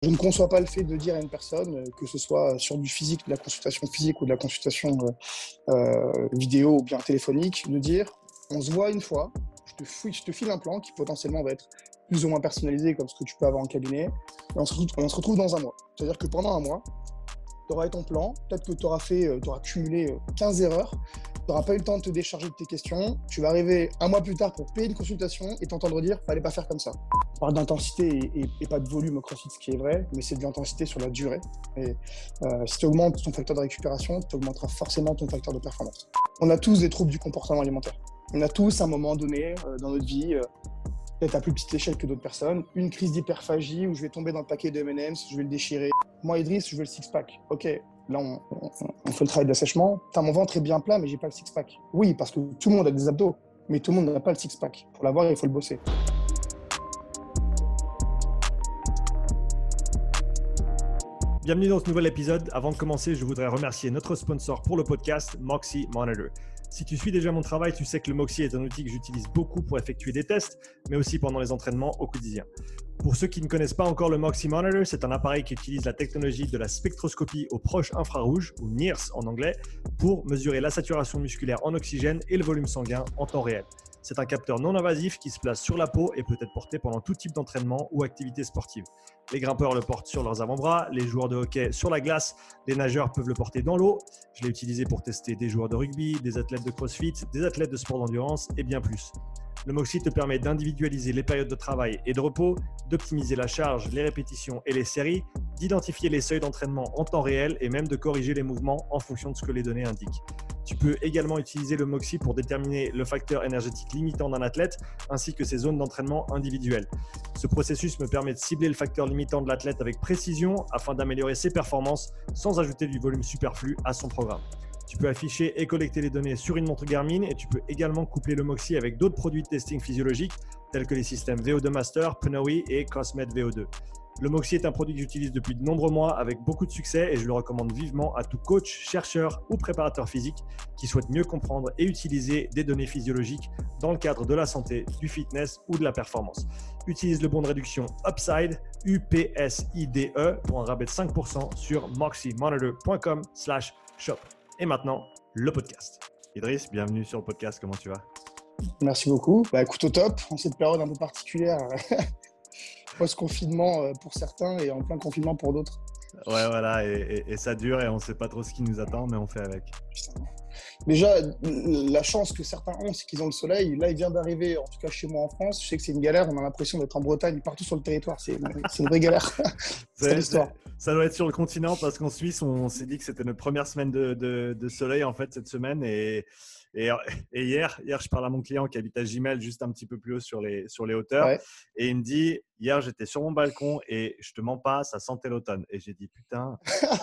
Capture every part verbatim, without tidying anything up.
Je ne conçois pas le fait de dire à une personne, que ce soit sur du physique, de la consultation physique ou de la consultation euh, euh, vidéo ou bien téléphonique, de dire on se voit une fois, je te, fouille, je te file un plan qui potentiellement va être plus ou moins personnalisé comme ce que tu peux avoir en cabinet, et on se retrouve, on se retrouve dans un mois. C'est-à-dire que pendant un mois, tu auras ton plan, peut-être que tu auras fait, tu auras cumulé quinze erreurs, tu n'auras pas eu le temps de te décharger de tes questions, tu vas arriver un mois plus tard pour payer une consultation et t'entendre dire fallait pas faire comme ça. On parle d'intensité et, et, et pas de volume au CrossFit, ce qui est vrai, mais c'est de l'intensité sur la durée. Et euh, si tu augmentes ton facteur de récupération, tu augmenteras forcément ton facteur de performance. On a tous des troubles du comportement alimentaire. On a tous à un moment donné euh, dans notre vie, euh, peut-être à plus petite échelle que d'autres personnes, une crise d'hyperphagie où je vais tomber dans le paquet de M and M's, je vais le déchirer. Moi, Idriss, je veux le six-pack. Ok, là, on, on, on fait le travail d'assèchement. Putain, mon ventre est bien plat, mais j'ai pas le six-pack. Oui, parce que tout le monde a des abdos, mais tout le monde n'a pas le six-pack. Pour l'avoir, il faut le bosser. Bienvenue dans ce nouvel épisode. Avant de commencer, je voudrais remercier notre sponsor pour le podcast, Moxy Monitor. Si tu suis déjà mon travail, tu sais que le Moxy est un outil que j'utilise beaucoup pour effectuer des tests, mais aussi pendant les entraînements au quotidien. Pour ceux qui ne connaissent pas encore le Moxy Monitor, c'est un appareil qui utilise la technologie de la spectroscopie aux proches infrarouges, ou N I R S en anglais, pour mesurer la saturation musculaire en oxygène et le volume sanguin en temps réel. C'est un capteur non invasif qui se place sur la peau et peut être porté pendant tout type d'entraînement ou activité sportive. Les grimpeurs le portent sur leurs avant-bras, les joueurs de hockey sur la glace, les nageurs peuvent le porter dans l'eau. Je l'ai utilisé pour tester des joueurs de rugby, des athlètes de crossfit, des athlètes de sport d'endurance et bien plus. Le Moxy te permet d'individualiser les périodes de travail et de repos, d'optimiser la charge, les répétitions et les séries, d'identifier les seuils d'entraînement en temps réel et même de corriger les mouvements en fonction de ce que les données indiquent. Tu peux également utiliser le Moxy pour déterminer le facteur énergétique limitant d'un athlète ainsi que ses zones d'entraînement individuelles. Ce processus me permet de cibler le facteur limitant de l'athlète avec précision afin d'améliorer ses performances sans ajouter du volume superflu à son programme. Tu peux afficher et collecter les données sur une montre Garmin et tu peux également coupler le Moxy avec d'autres produits de testing physiologique tels que les systèmes V O deux Master, Pnoe et Cosmed V O deux. Le Moxy est un produit que j'utilise depuis de nombreux mois avec beaucoup de succès et je le recommande vivement à tout coach, chercheur ou préparateur physique qui souhaite mieux comprendre et utiliser des données physiologiques dans le cadre de la santé, du fitness ou de la performance. Utilise le bon de réduction UPSIDE, U P S I D E pour un rabais de cinq pour cent sur moxymonitor point com slash shop. Et maintenant, le podcast. Idriss, bienvenue sur le podcast, comment tu vas? Merci beaucoup. Bah, écoute, au top, en cette période un peu particulière, post-confinement pour certains et en plein confinement pour d'autres. Ouais, voilà, et, et, et ça dure et on ne sait pas trop ce qui nous attend, mais on fait avec. Putain. Déjà, la chance que certains ont, c'est qu'ils ont le soleil. Là, il vient d'arriver, en tout cas chez moi en France. Je sais que c'est une galère. On a l'impression d'être en Bretagne, partout sur le territoire. C'est une, c'est une vraie galère. C'est l'histoire. Ça doit être sur le continent parce qu'en Suisse, on s'est dit que c'était notre première semaine de, de, de soleil en fait cette semaine. Et, et, et hier, hier, je parle à mon client qui habite à Gimel, juste un petit peu plus haut sur les, sur les hauteurs. Ouais. Et il me dit, hier, j'étais sur mon balcon et je te mens pas, ça sentait l'automne. Et j'ai dit, putain,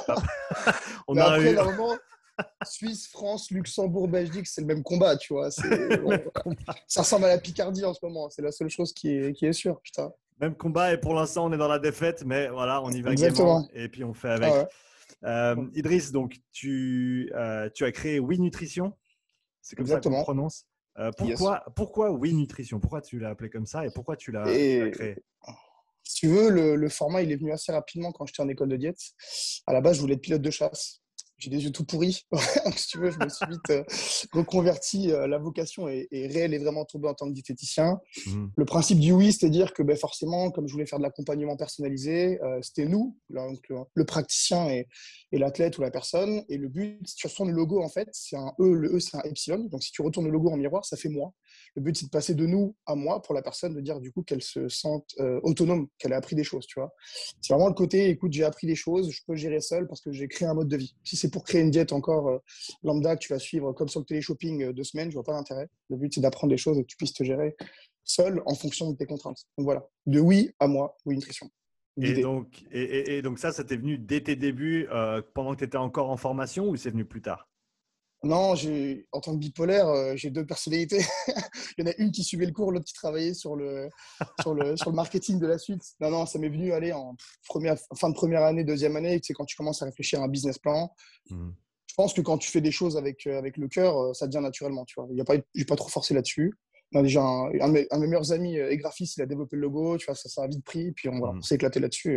on a après, eu... normalement, Suisse, France, Luxembourg, Belgique, c'est le même combat, tu vois. C'est... Bon, ça ressemble à la Picardie en ce moment. C'est la seule chose qui est, qui est sûre, putain. Même combat et pour l'instant, on est dans la défaite, mais voilà, on y va gaiement et puis on fait avec. Ah ouais. euh, Idriss, donc tu, euh, tu as créé Oui Nutrition, c'est comme Exactement. Ça qu'on prononce. Euh, pourquoi, yes. pourquoi Oui Nutrition? Pourquoi tu l'as appelé comme ça et pourquoi tu l'as, et... tu l'as créé? Si tu veux, le, le format, il est venu assez rapidement quand j'étais en école de diète. À la base, je voulais être pilote de chasse. J'ai des yeux tout pourris. Si tu veux, je me suis vite euh, reconverti. Euh, la vocation est, est réelle et vraiment tombée en tant que diététicien. Mmh. Le principe du oui, c'est dire que ben, forcément, comme je voulais faire de l'accompagnement personnalisé, euh, c'était nous, donc, le, le praticien et, et l'athlète ou la personne. Et le but, si tu retournes le logo, en fait, c'est un E. Le E, c'est un epsilon. Donc, si tu retournes le logo en miroir, ça fait moi. Le but, c'est de passer de nous à moi pour la personne, de dire du coup qu'elle se sente euh, autonome, qu'elle a appris des choses, tu vois. C'est vraiment le côté, écoute, j'ai appris des choses, je peux gérer seul parce que j'ai créé un mode de vie. Si c'est pour créer une diète encore euh, lambda que tu vas suivre comme sur le télé-shopping euh, deux semaines, je vois pas d'intérêt. Le but, c'est d'apprendre des choses et que tu puisses te gérer seul en fonction de tes contraintes. Donc voilà, de oui à moi, Oui Nutrition. Et donc, et, et, et donc ça, ça t'est venu dès tes débuts, euh, pendant que tu étais encore en formation ou c'est venu plus tard? Non, j'ai, en tant que bipolaire, euh, j'ai deux personnalités. Il y en a une qui suivait le cours, l'autre qui travaillait sur le, sur le, sur le marketing de la suite. Non, non, ça m'est venu aller en première, fin de première année, deuxième année, tu sais, quand tu commences à réfléchir à un business plan. Mmh. Je pense que quand tu fais des choses avec, avec le cœur, ça devient naturellement. Tu vois. Il y a pas, j'ai pas trop forcé là-dessus. On a déjà un, un, de mes, un de mes meilleurs amis est graphiste, il a développé le logo, tu vois, ça, ça a vite pris, puis on, voilà, on s'est éclaté là-dessus.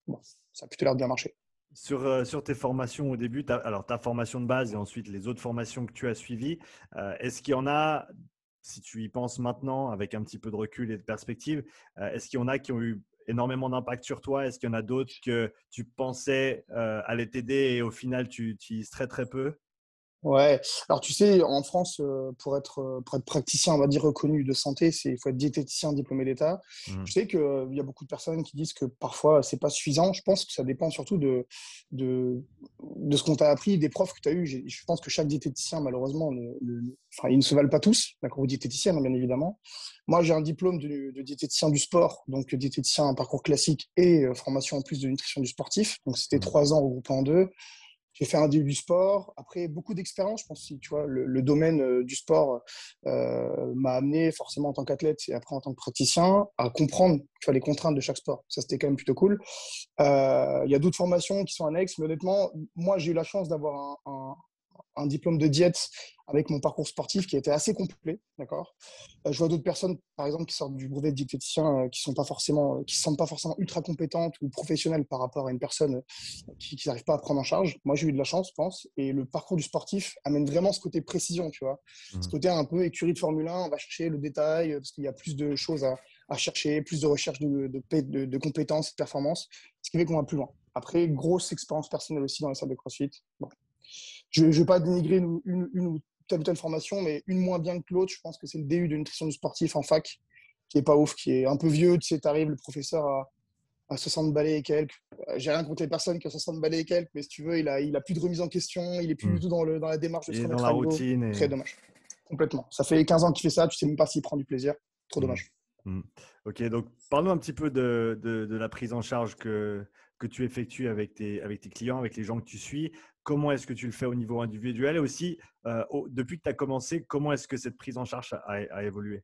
bon, ça a plutôt l'air de bien marcher. Sur, euh, sur tes formations au début, ta, alors ta formation de base et ensuite les autres formations que tu as suivies, euh, est-ce qu'il y en a, si tu y penses maintenant avec un petit peu de recul et de perspective, euh, est-ce qu'il y en a qui ont eu énormément d'impact sur toi? Est-ce qu'il y en a d'autres que tu pensais euh, allaient t'aider et au final tu utilises très très peu? Ouais, alors tu sais, en France, euh, pour être, euh, pour être praticien, on va dire reconnu de santé, c'est, il faut être diététicien diplômé d'État. Je Mhm. sais qu'il y a beaucoup de personnes qui disent que parfois c'est pas suffisant. Je pense que ça dépend surtout de, de, de ce qu'on t'a appris, des profs que tu as eu. J'ai- Je pense que chaque diététicien, malheureusement, ne, ne- enfin, ils ne se valent pas tous, d'accord, ou diététicienne, hein, bien évidemment. Moi, j'ai un diplôme de, de diététicien du sport, donc diététicien, un parcours classique et euh, formation en plus de nutrition du sportif. Donc c'était Mhm. trois ans regroupés en deux. J'ai fait un D U du sport. Après, beaucoup d'expérience. Je pense que tu vois, le, le domaine euh, du sport euh, m'a amené forcément en tant qu'athlète et après en tant que praticien à comprendre tu vois, les contraintes de chaque sport. Ça, c'était quand même plutôt cool. Euh, Il y a d'autres formations qui sont annexes, mais honnêtement, moi, j'ai eu la chance d'avoir un, un, un diplôme de diète avec mon parcours sportif qui a été assez complet, d'accord. Euh, je vois d'autres personnes, par exemple, qui sortent du brevet de diététicien, euh, qui sont pas forcément, qui se sentent pas forcément ultra compétentes ou professionnelles par rapport à une personne euh, qui n'arrive pas à prendre en charge. Moi, j'ai eu de la chance, je pense, et le parcours du sportif amène vraiment ce côté précision, tu vois, ce Mhm. côté un peu écurie de Formule un. On va chercher le détail euh, parce qu'il y a plus de choses à, à chercher, plus de recherche de, de, de, de compétences, de performances, ce qui fait qu'on va plus loin. Après, grosse expérience personnelle aussi dans les salles de CrossFit. Bon, je ne vais pas dénigrer une, une, une, ou telle ou telle formation, mais une moins bien que l'autre. Je pense que c'est le D U de nutrition du sportif en fac, qui est pas ouf, qui est un peu vieux. Tu sais, t'arrives, le professeur a, a soixante balais et quelques. Euh, J'ai rien contre les personnes qui ont soixante balais et quelques, mais si tu veux, il a, il a plus de remise en question, il est plus du Mhm. tout dans, le, dans la démarche de se Et dans remettre la à niveau. routine Très et… dommage. Complètement. Ça fait quinze ans qu'il fait ça, tu sais même pas s'il prend du plaisir. Trop Mhm. dommage. Mhm. Ok, donc parle-nous un petit peu de, de, de la prise en charge que, que tu effectues avec tes, avec tes clients, avec les gens que tu suis. Comment est-ce que tu le fais au niveau individuel et aussi, euh, au- depuis que tu as commencé, comment est-ce que cette prise en charge a, a- a évolué?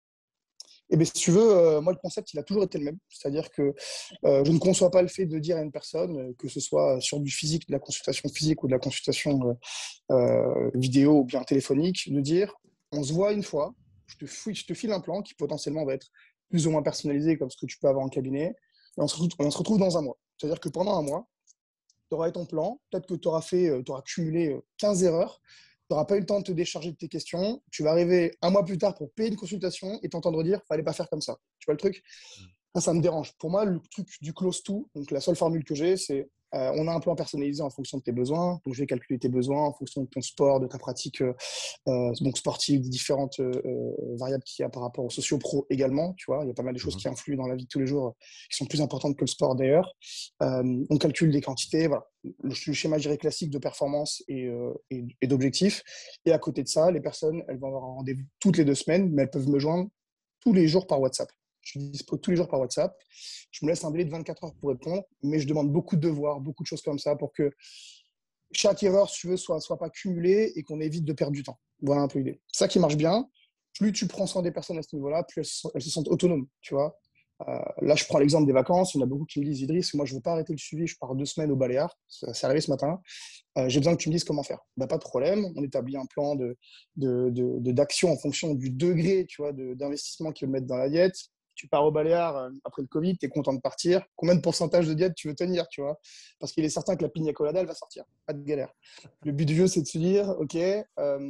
Et bien, si tu veux, euh, moi, le concept, il a toujours été le même. C'est-à-dire que euh, je ne conçois pas le fait de dire à une personne, euh, que ce soit sur du physique, de la consultation physique ou de la consultation euh, euh, vidéo ou bien téléphonique, de dire, on se voit une fois, je te, fouille, je te file un plan qui potentiellement va être plus ou moins personnalisé comme ce que tu peux avoir en cabinet, et on se retrouve, on se retrouve dans un mois. C'est-à-dire que pendant un mois, tu auras ton plan, peut-être que tu auras fait, tu auras cumulé quinze erreurs, tu n'auras pas eu le temps de te décharger de tes questions, tu vas arriver un mois plus tard pour payer une consultation et t'entendre dire, fallait pas faire comme ça. Tu vois le truc? Ça, ça me dérange. Pour moi, le truc du close to, donc la seule formule que j'ai, c'est euh, on a un plan personnalisé en fonction de tes besoins. Donc, je vais calculer tes besoins en fonction de ton sport, de ta pratique euh, euh, donc sportive, des différentes euh, variables qu'il y a par rapport au socio-pro également. Tu vois, il y a pas mal de choses Mhm. qui influent dans la vie de tous les jours, euh, qui sont plus importantes que le sport d'ailleurs. Euh, on calcule des quantités, voilà. Le, le schéma, je dirais, classique de performance et, euh, et, et d'objectifs. Et à côté de ça, les personnes, elles vont avoir un rendez-vous toutes les deux semaines, mais elles peuvent me joindre tous les jours par WhatsApp. Je suis dispo tous les jours par WhatsApp. Je me laisse un délai de vingt-quatre heures pour répondre, mais je demande beaucoup de devoirs, beaucoup de choses comme ça pour que chaque erreur, si tu veux, soit, soit pas cumulée et qu'on évite de perdre du temps. Voilà un peu l'idée. C'est ça qui marche bien. Plus tu prends soin des personnes à ce niveau-là, plus elles, elles se sentent autonomes, tu vois. Euh, là, je prends l'exemple des vacances. Il y en a beaucoup qui me disent, Idriss, moi, je ne veux pas arrêter le suivi. Je pars deux semaines au Baléares. C'est arrivé ce matin. Euh, j'ai besoin que tu me dises comment faire. Bah, pas de problème. On établit un plan de, de, de, de, d'action en fonction du degré, tu vois, de, d'investissement qu'ils veulent mettre dans la diète. Tu pars au Baléares euh, après le Covid, tu es content de partir. Combien de pourcentage de diète tu veux tenir, tu vois? Parce qu'il est certain que la pina colada, elle va sortir. Pas de galère. Le but du jeu, c'est de se dire, OK, euh,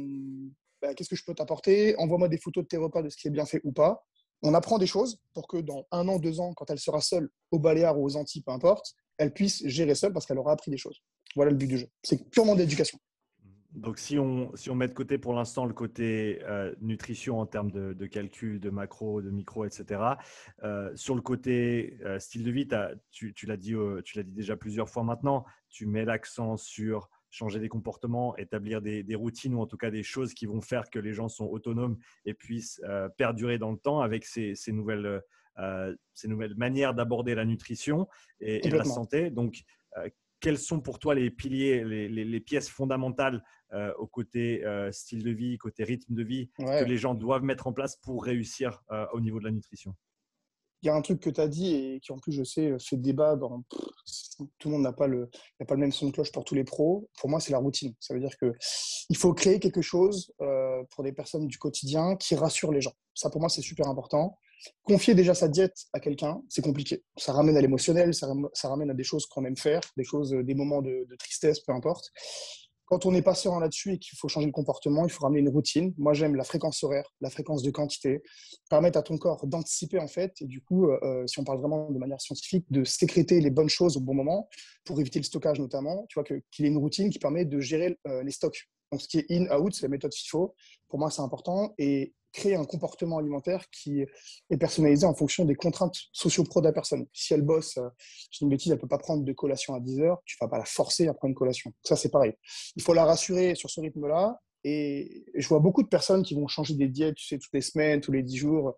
bah, qu'est-ce que je peux t'apporter? Envoie-moi des photos de tes repas, de ce qui est bien fait ou pas. On apprend des choses pour que dans un an, deux ans, quand elle sera seule au Baléares ou aux Antilles, peu importe, elle puisse gérer seule parce qu'elle aura appris des choses. Voilà le but du jeu. C'est purement d'éducation. Donc, si on, si on met de côté pour l'instant le côté euh, nutrition en termes de, de calcul, de macro, de micro, et cetera, euh, sur le côté euh, style de vie, tu, tu l'as dit, euh, tu l'as dit déjà plusieurs fois maintenant, tu mets l'accent sur changer des comportements, établir des, des routines ou en tout cas des choses qui vont faire que les gens sont autonomes et puissent euh, perdurer dans le temps avec ces, ces, nouvelles, euh, ces nouvelles manières d'aborder la nutrition et, et la Complètement. santé. Donc, euh, quels sont pour toi les piliers, les, les, les pièces fondamentales euh, au côté euh, style de vie, côté rythme de vie, que Ouais. les gens doivent mettre en place pour réussir euh, au niveau de la nutrition? Il y a un truc que tu as dit et qui, en plus, je sais, fait débat dans. Pff, tout le monde n'a pas, le, n'a pas le même son de cloche pour tous les pros. Pour moi, c'est la routine. Ça veut dire qu'il faut créer quelque chose euh, pour des personnes du quotidien qui rassure les gens. Ça, pour moi, c'est super important. Confier déjà sa diète à quelqu'un, c'est compliqué. Ça ramène à l'émotionnel, ça, ram- ça ramène à des choses qu'on aime faire, des choses, des moments de, de tristesse, peu importe. Quand on n'est pas serein là-dessus et qu'il faut changer le comportement, il faut ramener une routine. Moi, j'aime la fréquence horaire, la fréquence de quantité, permettre à ton corps d'anticiper, en fait, et du coup, euh, si on parle vraiment de manière scientifique, de sécréter les bonnes choses au bon moment pour éviter le stockage notamment, tu vois, que, qu'il ait une routine qui permet de gérer euh, les stocks. Donc, ce qui est in, out, c'est la méthode FIFO. Pour moi, c'est important. Et créer un comportement alimentaire qui est personnalisé en fonction des contraintes socio-pro de la personne. Si elle bosse, euh, je dis une bêtise, elle ne peut pas prendre de collation à dix heures, tu ne vas pas la forcer à prendre une collation. Ça, c'est pareil. Il faut la rassurer sur ce rythme-là. Et je vois beaucoup de personnes qui vont changer des diètes, tu sais, toutes les semaines, tous les dix jours.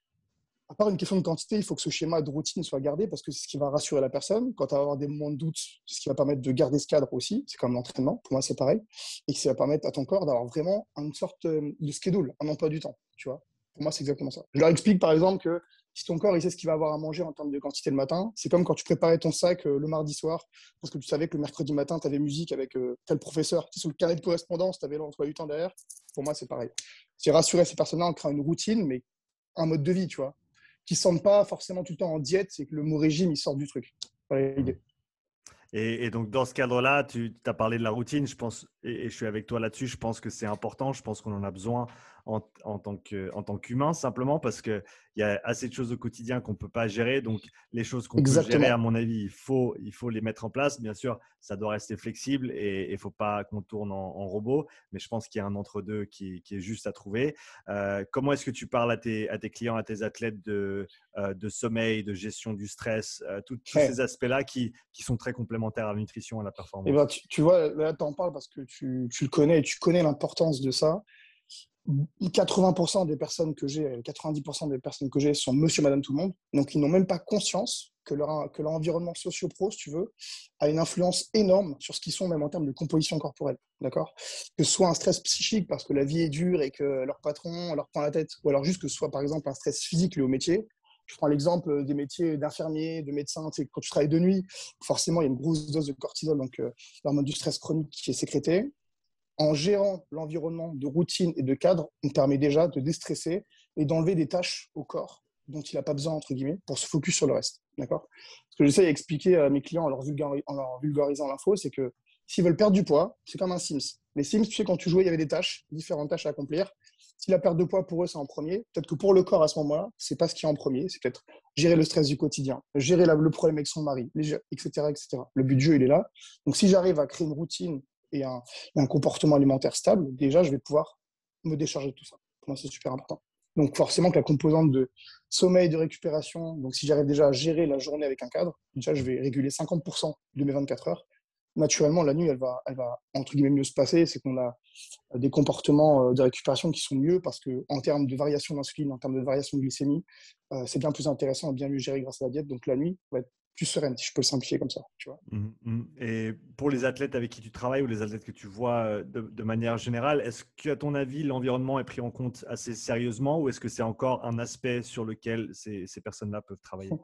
À part une question de quantité, il faut que ce schéma de routine soit gardé parce que c'est ce qui va rassurer la personne. Quand tu vas avoir des moments de doute, c'est ce qui va permettre de garder ce cadre aussi. C'est comme l'entraînement. Pour moi, c'est pareil. Et que ça va permettre à ton corps d'avoir vraiment une sorte de schedule, un emploi du temps. Tu vois. Pour moi, c'est exactement ça. Je leur explique, par exemple, que si ton corps il sait ce qu'il va avoir à manger en termes de quantité le matin, c'est comme quand tu préparais ton sac euh, le mardi soir parce que tu savais que le mercredi matin, tu avais musique avec euh, tel professeur. Tu sais, sur le carnet de correspondance, tu avais l'emploi du temps derrière. Pour moi, c'est pareil. C'est rassurer ces personnes-là en créant une routine, mais un mode de vie, tu vois, qui ne sentent pas forcément tout le temps en diète, c'est que le mot régime, il sort du truc. Voilà l'idée. Et, et donc, dans ce cadre-là, tu as parlé de la routine, je pense, et, et je suis avec toi là-dessus, je pense que c'est important, je pense qu'on en a besoin en, en tant que, en tant qu'humain, simplement parce qu'il y a assez de choses au quotidien qu'on ne peut pas gérer. Donc, les choses qu'on peut gérer, à Exactement. mon avis, il faut, il faut les mettre en place. Bien sûr, ça doit rester flexible et il ne faut pas qu'on tourne en, en robot, mais je pense qu'il y a un entre-deux qui, qui est juste à trouver. Euh, comment est-ce que tu parles à tes, à tes clients, à tes athlètes de, euh, de sommeil, de gestion du stress, euh, tout- tous Ouais. ces aspects-là qui, qui sont très complémentaires à la nutrition et à la Et ben, performance? tu, tu vois, là, tu en parles parce que tu, tu le connais et tu connais l'importance de ça. quatre-vingts pour cent des personnes que j'ai, quatre-vingt-dix pour cent des personnes que j'ai sont monsieur, madame, tout le monde. Donc, ils n'ont même pas conscience que leur, que leur environnement socio-pro, si tu veux, a une influence énorme sur ce qu'ils sont, même en termes de composition corporelle. D'accord? Que ce soit un stress psychique parce que la vie est dure et que leur patron leur prend la tête, ou alors juste que ce soit, par exemple, un stress physique lié au métier. Je prends l'exemple des métiers d'infirmier, de médecin. Tu sais, quand tu travailles de nuit, forcément, il y a une grosse dose de cortisol, donc euh, l'hormone du stress chronique qui est sécrétée. En gérant l'environnement de routine et de cadre, on permet déjà de déstresser et d'enlever des tâches au corps dont il n'a pas besoin, entre guillemets, pour se focus sur le reste. D'accord? Ce que j'essaie d'expliquer à mes clients en leur, vulgari- en leur vulgarisant l'info, c'est que s'ils veulent perdre du poids, c'est comme un Sims. Les Sims, tu sais, quand tu jouais, il y avait des tâches, différentes tâches à accomplir. Si la perte de poids, pour eux, c'est en premier, peut-être que pour le corps, à ce moment-là, c'est pas ce qui est en premier. C'est peut-être gérer le stress du quotidien, gérer la- le problème avec son mari, et cetera, et cetera. Le but du jeu, il est là. Donc, si j'arrive à créer une routine et un, un comportement alimentaire stable, déjà, je vais pouvoir me décharger de tout ça. Pour moi, c'est super important. Donc, forcément, que la composante de sommeil, de récupération, donc si j'arrive déjà à gérer la journée avec un cadre, déjà, je vais réguler cinquante pour cent de mes vingt-quatre heures. Naturellement, la nuit, elle va, elle va entre guillemets mieux se passer. C'est qu'on a des comportements de récupération qui sont mieux parce qu'en termes de variation d'insuline, en termes de variation de glycémie, euh, c'est bien plus intéressant et bien mieux géré grâce à la diète. Donc, la nuit va être plus sereine, si je peux le simplifier comme ça. Tu vois. Mhm, mhm. Et pour les athlètes avec qui tu travailles ou les athlètes que tu vois euh, de, de manière générale, est-ce qu'à ton avis, l'environnement est pris en compte assez sérieusement ou est-ce que c'est encore un aspect sur lequel ces, ces personnes-là peuvent travailler?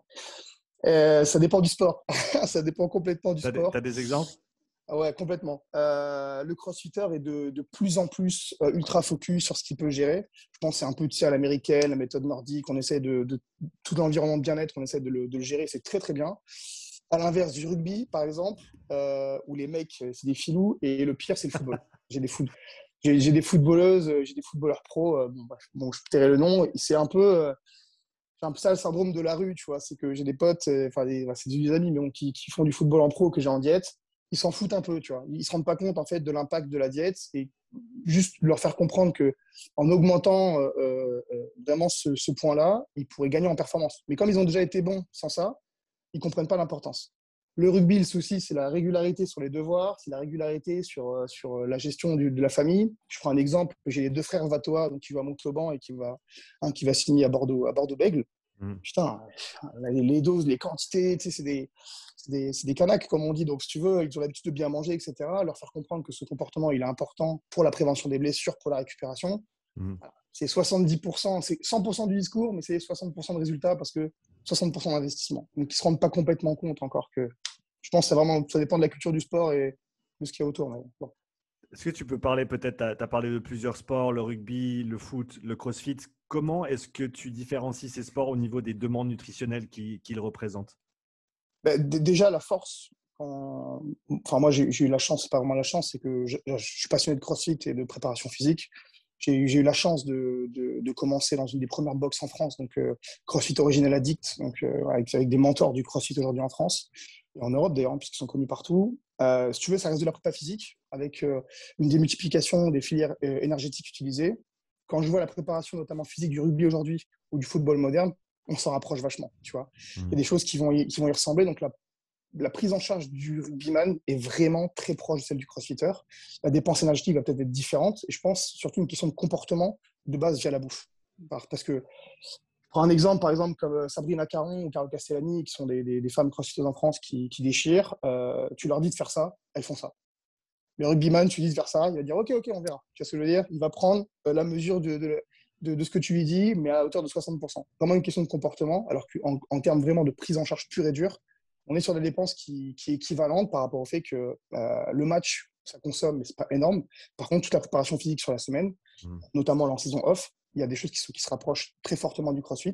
Euh, ça dépend du sport. Ça dépend complètement du Tu as des, sport. t'as des exemples? Ah ouais, complètement. Euh, le crossfitter est de, de plus en plus euh, ultra focus sur ce qu'il peut gérer. Je pense que c'est un peu tu sais, à l'américaine, la méthode nordique. On essaie de, de tout l'environnement de bien-être, on essaie de le, de le gérer. C'est très, très bien. À l'inverse du rugby, par exemple, euh, où les mecs, euh, c'est des filous. Et le pire, c'est le football. J'ai des, foot... j'ai, j'ai des footballeuses, euh, j'ai des footballeurs pros. Euh, bon, bref, bon, je tairai le nom. C'est un peu. Euh, c'est un peu ça le syndrome de la rue, tu vois. C'est que j'ai des potes, euh, enfin, des, bah, c'est des amis, mais bon, qui, qui font du football en pro que j'ai en diète. Ils s'en foutent un peu, tu vois. Ils se rendent pas compte, en fait, de l'impact de la diète et juste leur faire comprendre que en augmentant euh, euh, vraiment ce, ce point-là, ils pourraient gagner en performance. Mais comme ils ont déjà été bons sans ça, ils comprennent pas l'importance. Le rugby, le souci, c'est la régularité sur les devoirs, c'est la régularité sur, euh, sur la gestion du, de la famille. Je prends un exemple, j'ai les deux frères Vatois, donc qui vont à Montauban et qui va, un qui va signer à Bordeaux, à Bordeaux-Bègles. Mhm. Putain, les, les doses, les quantités, tu sais, c'est des, c'est des, c'est des canaques, comme on dit. Donc, si tu veux, ils ont l'habitude de bien manger, et cetera. Leur faire comprendre que ce comportement, il est important pour la prévention des blessures, pour la récupération. Mhm. C'est soixante-dix pour cent, c'est cent pour cent du discours, mais c'est soixante pour cent de résultats parce que soixante pour cent d'investissement. Donc, ils ne se rendent pas complètement compte encore que je pense que ça, vraiment, ça dépend de la culture du sport et de ce qu'il y a autour. Mais bon. Est-ce que tu peux parler peut-être, tu as parlé de plusieurs sports, le rugby, le foot, le crossfit. Comment est-ce que tu différencies ces sports au niveau des demandes nutritionnelles qu'ils qu'ils représentent? Bah, d- déjà, la force, en- enfin, moi, j'ai j'ai eu la chance, c'est pas vraiment la chance, c'est que je, je suis passionné de CrossFit et de préparation physique. J'ai eu j'ai eu la chance de, de, de commencer dans une des premières boxes en France, donc euh, CrossFit Original Addict, donc, euh, avec, avec des mentors du CrossFit aujourd'hui en France et en Europe d'ailleurs, hein, puisqu'ils sont connus partout. Euh, si tu veux, ça reste de la prépa physique avec euh, une démultiplication des filières euh, énergétiques utilisées. Quand je vois la préparation notamment physique du rugby aujourd'hui ou du football moderne, on s'en rapproche vachement, tu vois. Il y a Mhm. des choses qui vont y, qui vont y ressembler. Donc, la, la prise en charge du rugbyman est vraiment très proche de celle du crossfitter. La dépense énergétique va peut-être être différente. Et je pense surtout une question de comportement de base via la bouffe. Parce que, je prends un exemple, par exemple, comme euh, Sabrina Caron ou Carole Castellani, qui sont des, des, des femmes crossfiteuses en France qui, qui déchirent. Euh, tu leur dis de faire ça, elles font ça. Le rugbyman, tu lui dis de faire ça, il va dire OK, OK, on verra. Tu vois ce que je veux dire? Il va prendre euh, la mesure de, de, de, de ce que tu lui dis, mais à hauteur de soixante pour cent. Vraiment une question de comportement, alors qu'en en termes vraiment de prise en charge pure et dure, on est sur des dépenses qui, qui est équivalente par rapport au fait que euh, le match, ça consomme, mais c'est pas énorme. Par contre, toute la préparation physique sur la semaine, Mhm. notamment en saison off, il y a des choses qui, sont, qui se rapprochent très fortement du CrossFit.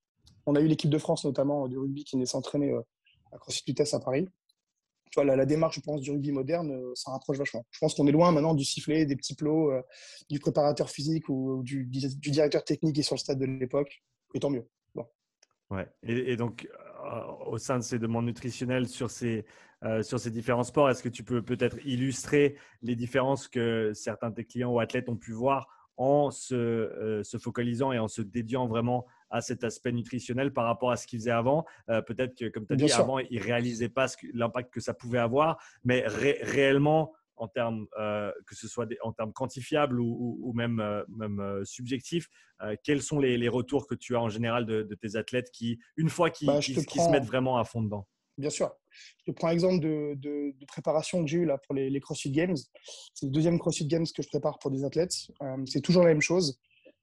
On a eu l'équipe de France, notamment de rugby, qui venait s'entraîner euh, à CrossFit Vitesse à Paris. Tu vois, la, la démarche, je pense, du rugby moderne, euh, ça rapproche vachement. Je pense qu'on est loin maintenant du sifflet, des petits plots, euh, du préparateur physique ou du, du directeur technique qui est sur le stade de l'époque. Et tant mieux. Bon. Ouais. Et, et donc, euh, au sein de ces demandes nutritionnelles sur ces, euh, sur ces différents sports, est-ce que tu peux peut-être illustrer les différences que certains de tes clients ou athlètes ont pu voir en se, euh, se focalisant et en se dédiant vraiment à cet aspect nutritionnel par rapport à ce qu'ils faisaient avant? Euh, peut-être que, comme tu as Bien dit, sûr. avant, ils ne réalisaient pas ce que- l'impact que ça pouvait avoir, mais ré- réellement, en termes, euh, que ce soit des- en termes quantifiables ou, ou- ou même, euh, même euh, subjectifs, euh, quels sont les, les retours que tu as en général de, de tes athlètes qui, une fois qu'ils Bah, je qui, te qui se mettent prends, vraiment à fond dedans? bien sûr, je te prends un exemple de, de, de préparation que j'ai eu là pour les, les CrossFit Games. C'est le deuxième CrossFit Games que je prépare pour des athlètes. Euh, c'est toujours la même chose.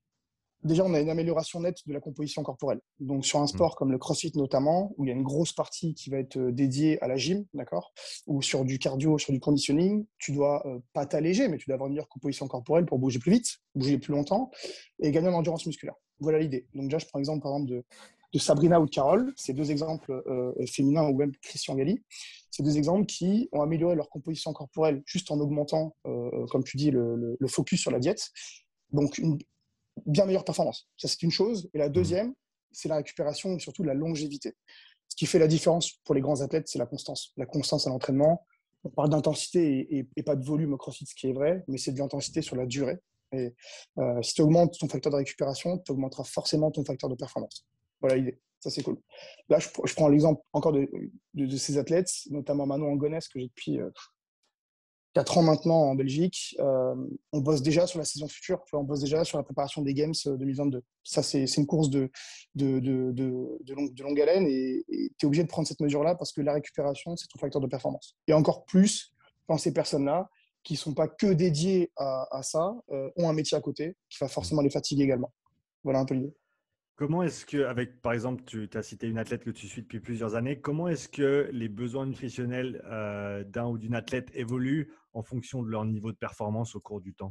Déjà, on a une amélioration nette de la composition corporelle. Donc, sur un Mm. sport comme le CrossFit notamment, où il y a une grosse partie qui va être dédiée à la gym, d'accord, ou sur du cardio, sur du conditioning, tu dois euh, pas t'alléger, mais tu dois avoir une meilleure composition corporelle pour bouger plus vite, bouger plus longtemps et gagner en endurance musculaire. Voilà l'idée. Donc, déjà, je prends l'exemple par exemple de, de Sabrina ou de Carole, ces deux exemples euh, féminins, ou même Christian Galli, ces deux exemples qui ont amélioré leur composition corporelle juste en augmentant, euh, comme tu dis, le, le, le focus sur la diète. Donc, une, bien meilleure performance. Ça, c'est une chose. Et la Mm. deuxième, c'est la récupération et surtout la longévité. Ce qui fait la différence pour les grands athlètes, c'est la constance. La constance à l'entraînement. On parle d'intensité et, et, et, pas de volume au CrossFit, ce qui est vrai, mais c'est de l'intensité sur la durée. Et euh, si tu augmentes ton facteur de récupération, tu augmenteras forcément ton facteur de performance. Voilà l'idée. Ça, c'est cool. Là, je, je prends l'exemple encore de, de, de, ces athlètes, notamment Manon Angonès, que j'ai depuis euh, quatre ans maintenant en Belgique. Euh, on bosse déjà sur la saison future, tu vois, on bosse déjà sur la préparation des Games deux mille vingt-deux. Ça, c'est une course de, de, de, de, de, longue, de longue haleine et tu es obligé de prendre cette mesure-là parce que la récupération, c'est ton facteur de performance. Et encore plus quand ces personnes-là, qui ne sont pas que dédiées à, à ça, euh, ont un métier à côté qui va Mm. forcément les fatiguer également. Voilà un peu l'idée. Comment est-ce que, avec par exemple, tu as cité une athlète que tu suis depuis plusieurs années, comment est-ce que les besoins nutritionnels euh, d'un ou d'une athlète évoluent en fonction de leur niveau de performance au cours du temps?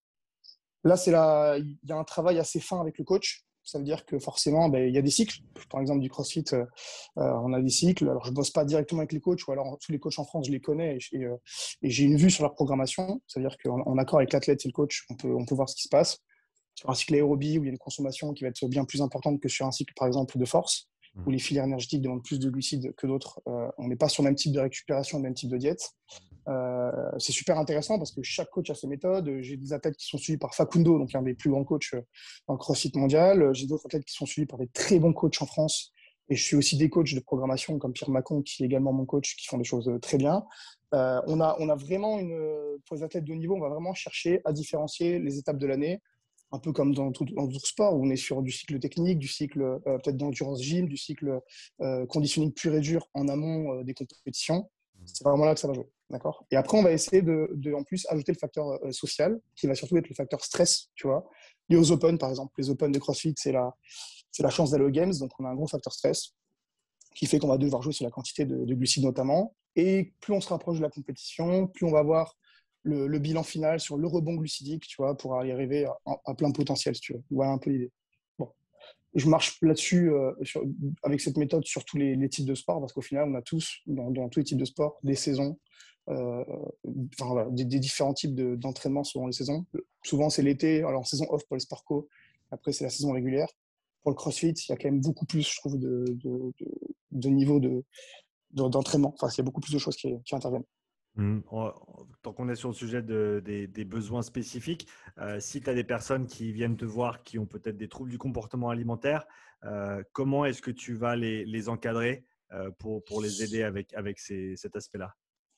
Là, c'est là, il y a un travail assez fin avec le coach. Ça veut dire que forcément, ben, il y a des cycles. Par exemple, du CrossFit, euh, on a des cycles. Alors, je bosse pas directement avec les coachs, ou alors tous les coachs en France, je les connais et, et, euh, et j'ai une vue sur leur programmation. Ça veut dire qu'en en accord avec l'athlète et le coach, on peut, on peut voir ce qui se passe. Sur un cycle aérobie, où il y a une consommation qui va être bien plus importante que sur un cycle, par exemple, de force, Mm. où les filières énergétiques demandent plus de glucides que d'autres, euh, on n'est pas sur le même type de récupération, le même type de diète. Euh, c'est super intéressant parce que chaque coach a ses méthodes. J'ai des athlètes qui sont suivis par Facundo, donc un des plus grands coachs en CrossFit mondial. J'ai d'autres athlètes qui sont suivis par des très bons coachs en France. Et je suis aussi des coachs de programmation comme Pierre Macon, qui est également mon coach, qui font des choses très bien. Euh, on, a, on a vraiment une, pour les athlètes de haut niveau, on va vraiment chercher à différencier les étapes de l'année, un peu comme dans tout, dans tout sport, où on est sur du cycle technique, du cycle euh, peut-être d'endurance gym, du cycle euh, conditioning pur et dur en amont euh, des compétitions. C'est vraiment là que ça va jouer. D'accord. Et après, on va essayer de, de, en plus, ajouter le facteur euh, social, qui va surtout être le facteur stress, tu vois. Lié aux Open, par exemple. Les Open de CrossFit, c'est la, c'est la chance d'aller aux Games, donc on a un gros facteur stress qui fait qu'on va devoir jouer sur la quantité de, de glucides notamment. Et plus on se rapproche de la compétition, plus on va avoir le, le bilan final sur le rebond glucidique, tu vois, pour y arriver à, à plein potentiel, si tu veux. Voilà un peu l'idée. Bon. Je marche là-dessus euh, sur, avec cette méthode sur tous les, les types de sport, parce qu'au final, on a tous, dans, dans tous les types de sport, des saisons, euh, enfin, voilà, des, des différents types de, d'entraînement selon les saisons. Souvent, c'est l'été, alors en saison off pour les sports co, après, c'est la saison régulière. Pour le CrossFit, il y a quand même beaucoup plus, je trouve, de, de, de, de niveau de, de, d'entraînement. Enfin, il y a beaucoup plus de choses qui, qui interviennent. Mmh. Tant qu'on est sur le sujet de, des, des besoins spécifiques, euh, si tu as des personnes qui viennent te voir qui ont peut-être des troubles du comportement alimentaire, euh, comment est-ce que tu vas les, les encadrer euh, pour, pour les aider avec, avec ces, cet aspect-là?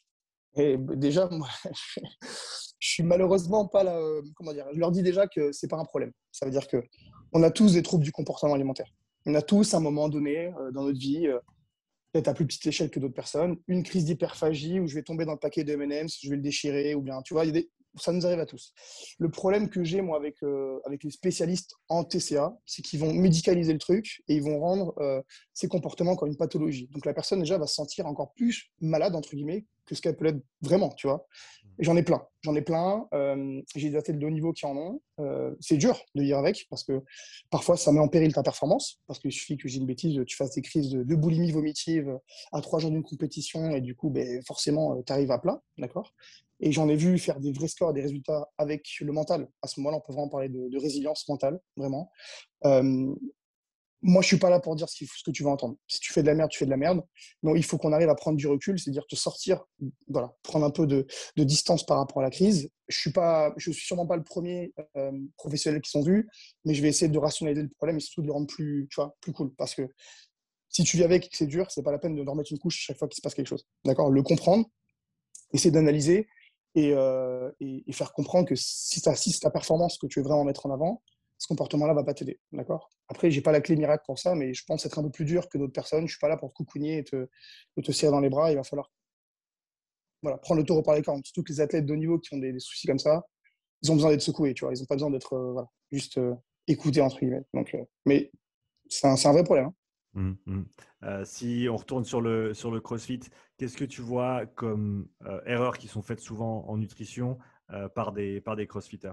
Et déjà, moi, je suis malheureusement pas là. euh, Comment dire? Je leur dis déjà que c'est pas un problème. Ça veut dire que on a tous des troubles du comportement alimentaire. On a tous, à un moment donné euh, dans notre vie, euh, peut-être à plus petite échelle que d'autres personnes, une crise d'hyperphagie où je vais tomber dans le paquet de M and M's, je vais le déchirer, ou bien, tu vois, il y a des- ça nous arrive à tous. Le problème que j'ai, moi, avec, euh, avec les spécialistes en T C A, c'est qu'ils vont médicaliser le truc et ils vont rendre euh, ces comportements comme une pathologie. Donc la personne, déjà, va se sentir encore plus malade, entre guillemets, que ce qu'elle peut l'être vraiment, tu vois. Et j'en ai plein. J'en ai plein. Euh, j'ai des athlètes de haut niveau qui en ont. Euh, c'est dur de vivre avec parce que parfois, ça met en péril ta performance. Parce qu'il suffit que j'ai une bêtise, tu fasses des crises de, de boulimie vomitive à trois jours d'une compétition et du coup, ben, forcément, tu arrives à plat. D'accord. Et j'en ai vu faire des vrais scores, des résultats avec le mental. À ce moment-là, on peut vraiment parler de, de résilience mentale, vraiment. Euh, Moi, je suis pas là pour dire ce, ce que tu vas entendre. Si tu fais de la merde, tu fais de la merde. Donc, il faut qu'on arrive à prendre du recul, c'est-à-dire te sortir, voilà, prendre un peu de, de distance par rapport à la crise. Je suis pas, je suis sûrement pas le premier euh, professionnel qui sont vus, mais je vais essayer de rationaliser le problème et surtout de le rendre plus, tu vois, plus cool. Parce que si tu vis avec et que c'est dur, c'est pas la peine de leur mettre une couche chaque fois qu'il se passe quelque chose. D'accord? Le comprendre, essayer d'analyser et, euh, et, et faire comprendre que si, ta, si c'est ta performance que tu veux vraiment mettre en avant, ce comportement-là va pas t'aider, d'accord? Après, j'ai pas la clé miracle pour ça, mais je pense être un peu plus dur que d'autres personnes. Je suis pas là pour te coucouner et te, et te serrer dans les bras. Il va falloir, voilà, prendre le taureau par les cornes. Surtout que les athlètes de haut niveau qui ont des, des soucis comme ça, ils ont besoin d'être secoués, tu vois. Ils ont pas besoin d'être euh, voilà, juste euh, écoutés entre guillemets. Donc, euh, mais c'est un, c'est un vrai problème, hein. Mmh, mmh. Euh, si on retourne sur le, sur le CrossFit, qu'est-ce que tu vois comme euh, erreurs qui sont faites souvent en nutrition euh, par des, par des CrossFitters?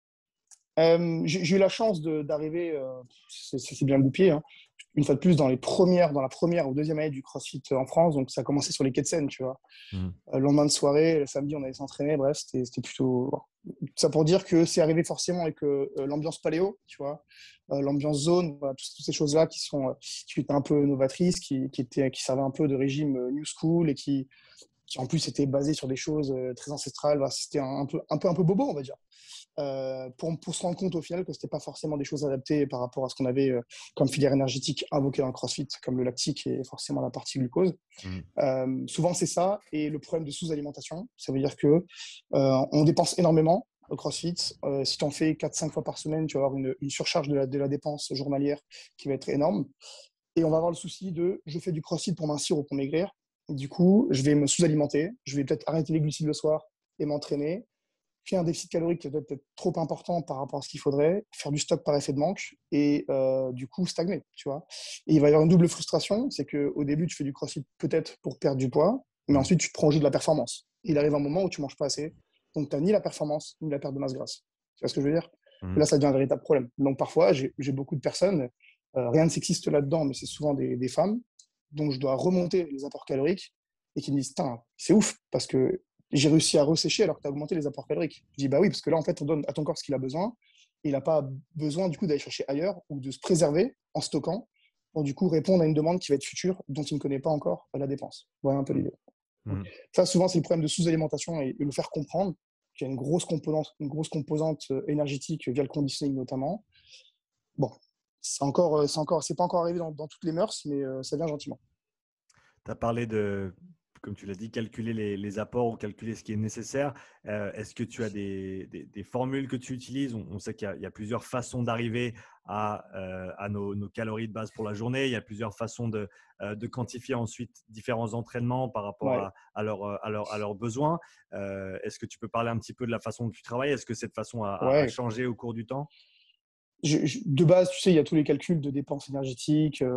Euh, j'ai j'ai eu la chance de- d'arriver, euh, c'est c'est bien goupillé, hein, une fois de plus dans les premières, dans la première ou deuxième année du CrossFit en France. Donc ça a commencé sur les quais de Seine, tu vois. Mmh. Euh, le lendemain de soirée, le samedi, on allait s'entraîner. Bref, c'était c'était plutôt bon. Ça pour dire que c'est arrivé forcément avec euh, l'ambiance paléo, tu vois, euh, l'ambiance zone, voilà, toutes, toutes ces choses-là qui sont euh, qui étaient un peu novatrices, qui, qui étaient qui servaient un peu de régime euh, new school et qui qui en plus étaient basées sur des choses euh, très ancestrales. Voilà, c'était un, un peu un peu un peu bobo, on va dire. Euh, pour, pour se rendre compte au final que ce n'était pas forcément des choses adaptées par rapport à ce qu'on avait euh, comme filière énergétique invoquée dans le CrossFit, comme le lactique et forcément la partie glucose. Mmh. Euh, souvent, c'est ça. Et le problème de sous-alimentation, ça veut dire que euh, on dépense énormément au CrossFit. Euh, si tu en fais quatre cinq fois par semaine, tu vas avoir une, une surcharge de la, de la dépense journalière qui va être énorme. Et on va avoir le souci de je fais du CrossFit pour mincir ou pour maigrir. Du coup, je vais me sous-alimenter. Je vais peut-être arrêter les glucides le soir et m'entraîner, fait un déficit calorique qui est peut-être trop important par rapport à ce qu'il faudrait, faire du stock par effet de manque et euh, du coup stagner, tu vois. Et il va y avoir une double frustration, c'est qu'au début, tu fais du crossfit peut-être pour perdre du poids, mais Mmh. ensuite, tu te prends au jeu de la performance. Et il arrive un moment où tu manges pas assez, donc tu n'as ni la performance, ni la perte de masse grasse. Tu vois ce que je veux dire? Et Mmh. là, ça devient un véritable problème. Donc parfois, j'ai j'ai beaucoup de personnes, euh, rien de sexiste là-dedans, mais c'est souvent des, des femmes, dont je dois remonter les apports caloriques et qui me disent, c'est ouf, parce que j'ai réussi à ressécher alors que tu as augmenté les apports caloriques. Je dis, bah oui, parce que là, en fait, on donne à ton corps ce qu'il a besoin. Et il n'a pas besoin, du coup, d'aller chercher ailleurs ou de se préserver en stockant pour, du coup, répondre à une demande qui va être future dont il ne connaît pas encore la dépense. Voilà un peu l'idée. Mmh. Ça, souvent, c'est le problème de sous-alimentation et, et le faire comprendre qu'il y a une grosse composante, une grosse composante énergétique via le conditioning notamment. Bon, c'est encore, c'est encore, c'est pas encore arrivé dans, dans toutes les mœurs, mais euh, ça vient gentiment. Tu as parlé de, comme tu l'as dit, calculer les, les apports ou calculer ce qui est nécessaire. Euh, est-ce que tu as des, des, des formules que tu utilises? On, on sait qu'il y a, il y a plusieurs façons d'arriver à, euh, à nos, nos calories de base pour la journée. Il y a plusieurs façons de, euh, de quantifier ensuite différents entraînements par rapport Ouais. à, à, leur, à, leur, à leurs besoins. Euh, est-ce que tu peux parler un petit peu de la façon dont tu travailles? Est-ce que cette façon a, a, a Ouais. changé au cours du temps? Je, je, de base, tu sais, il y a tous les calculs de dépenses énergétiques, euh,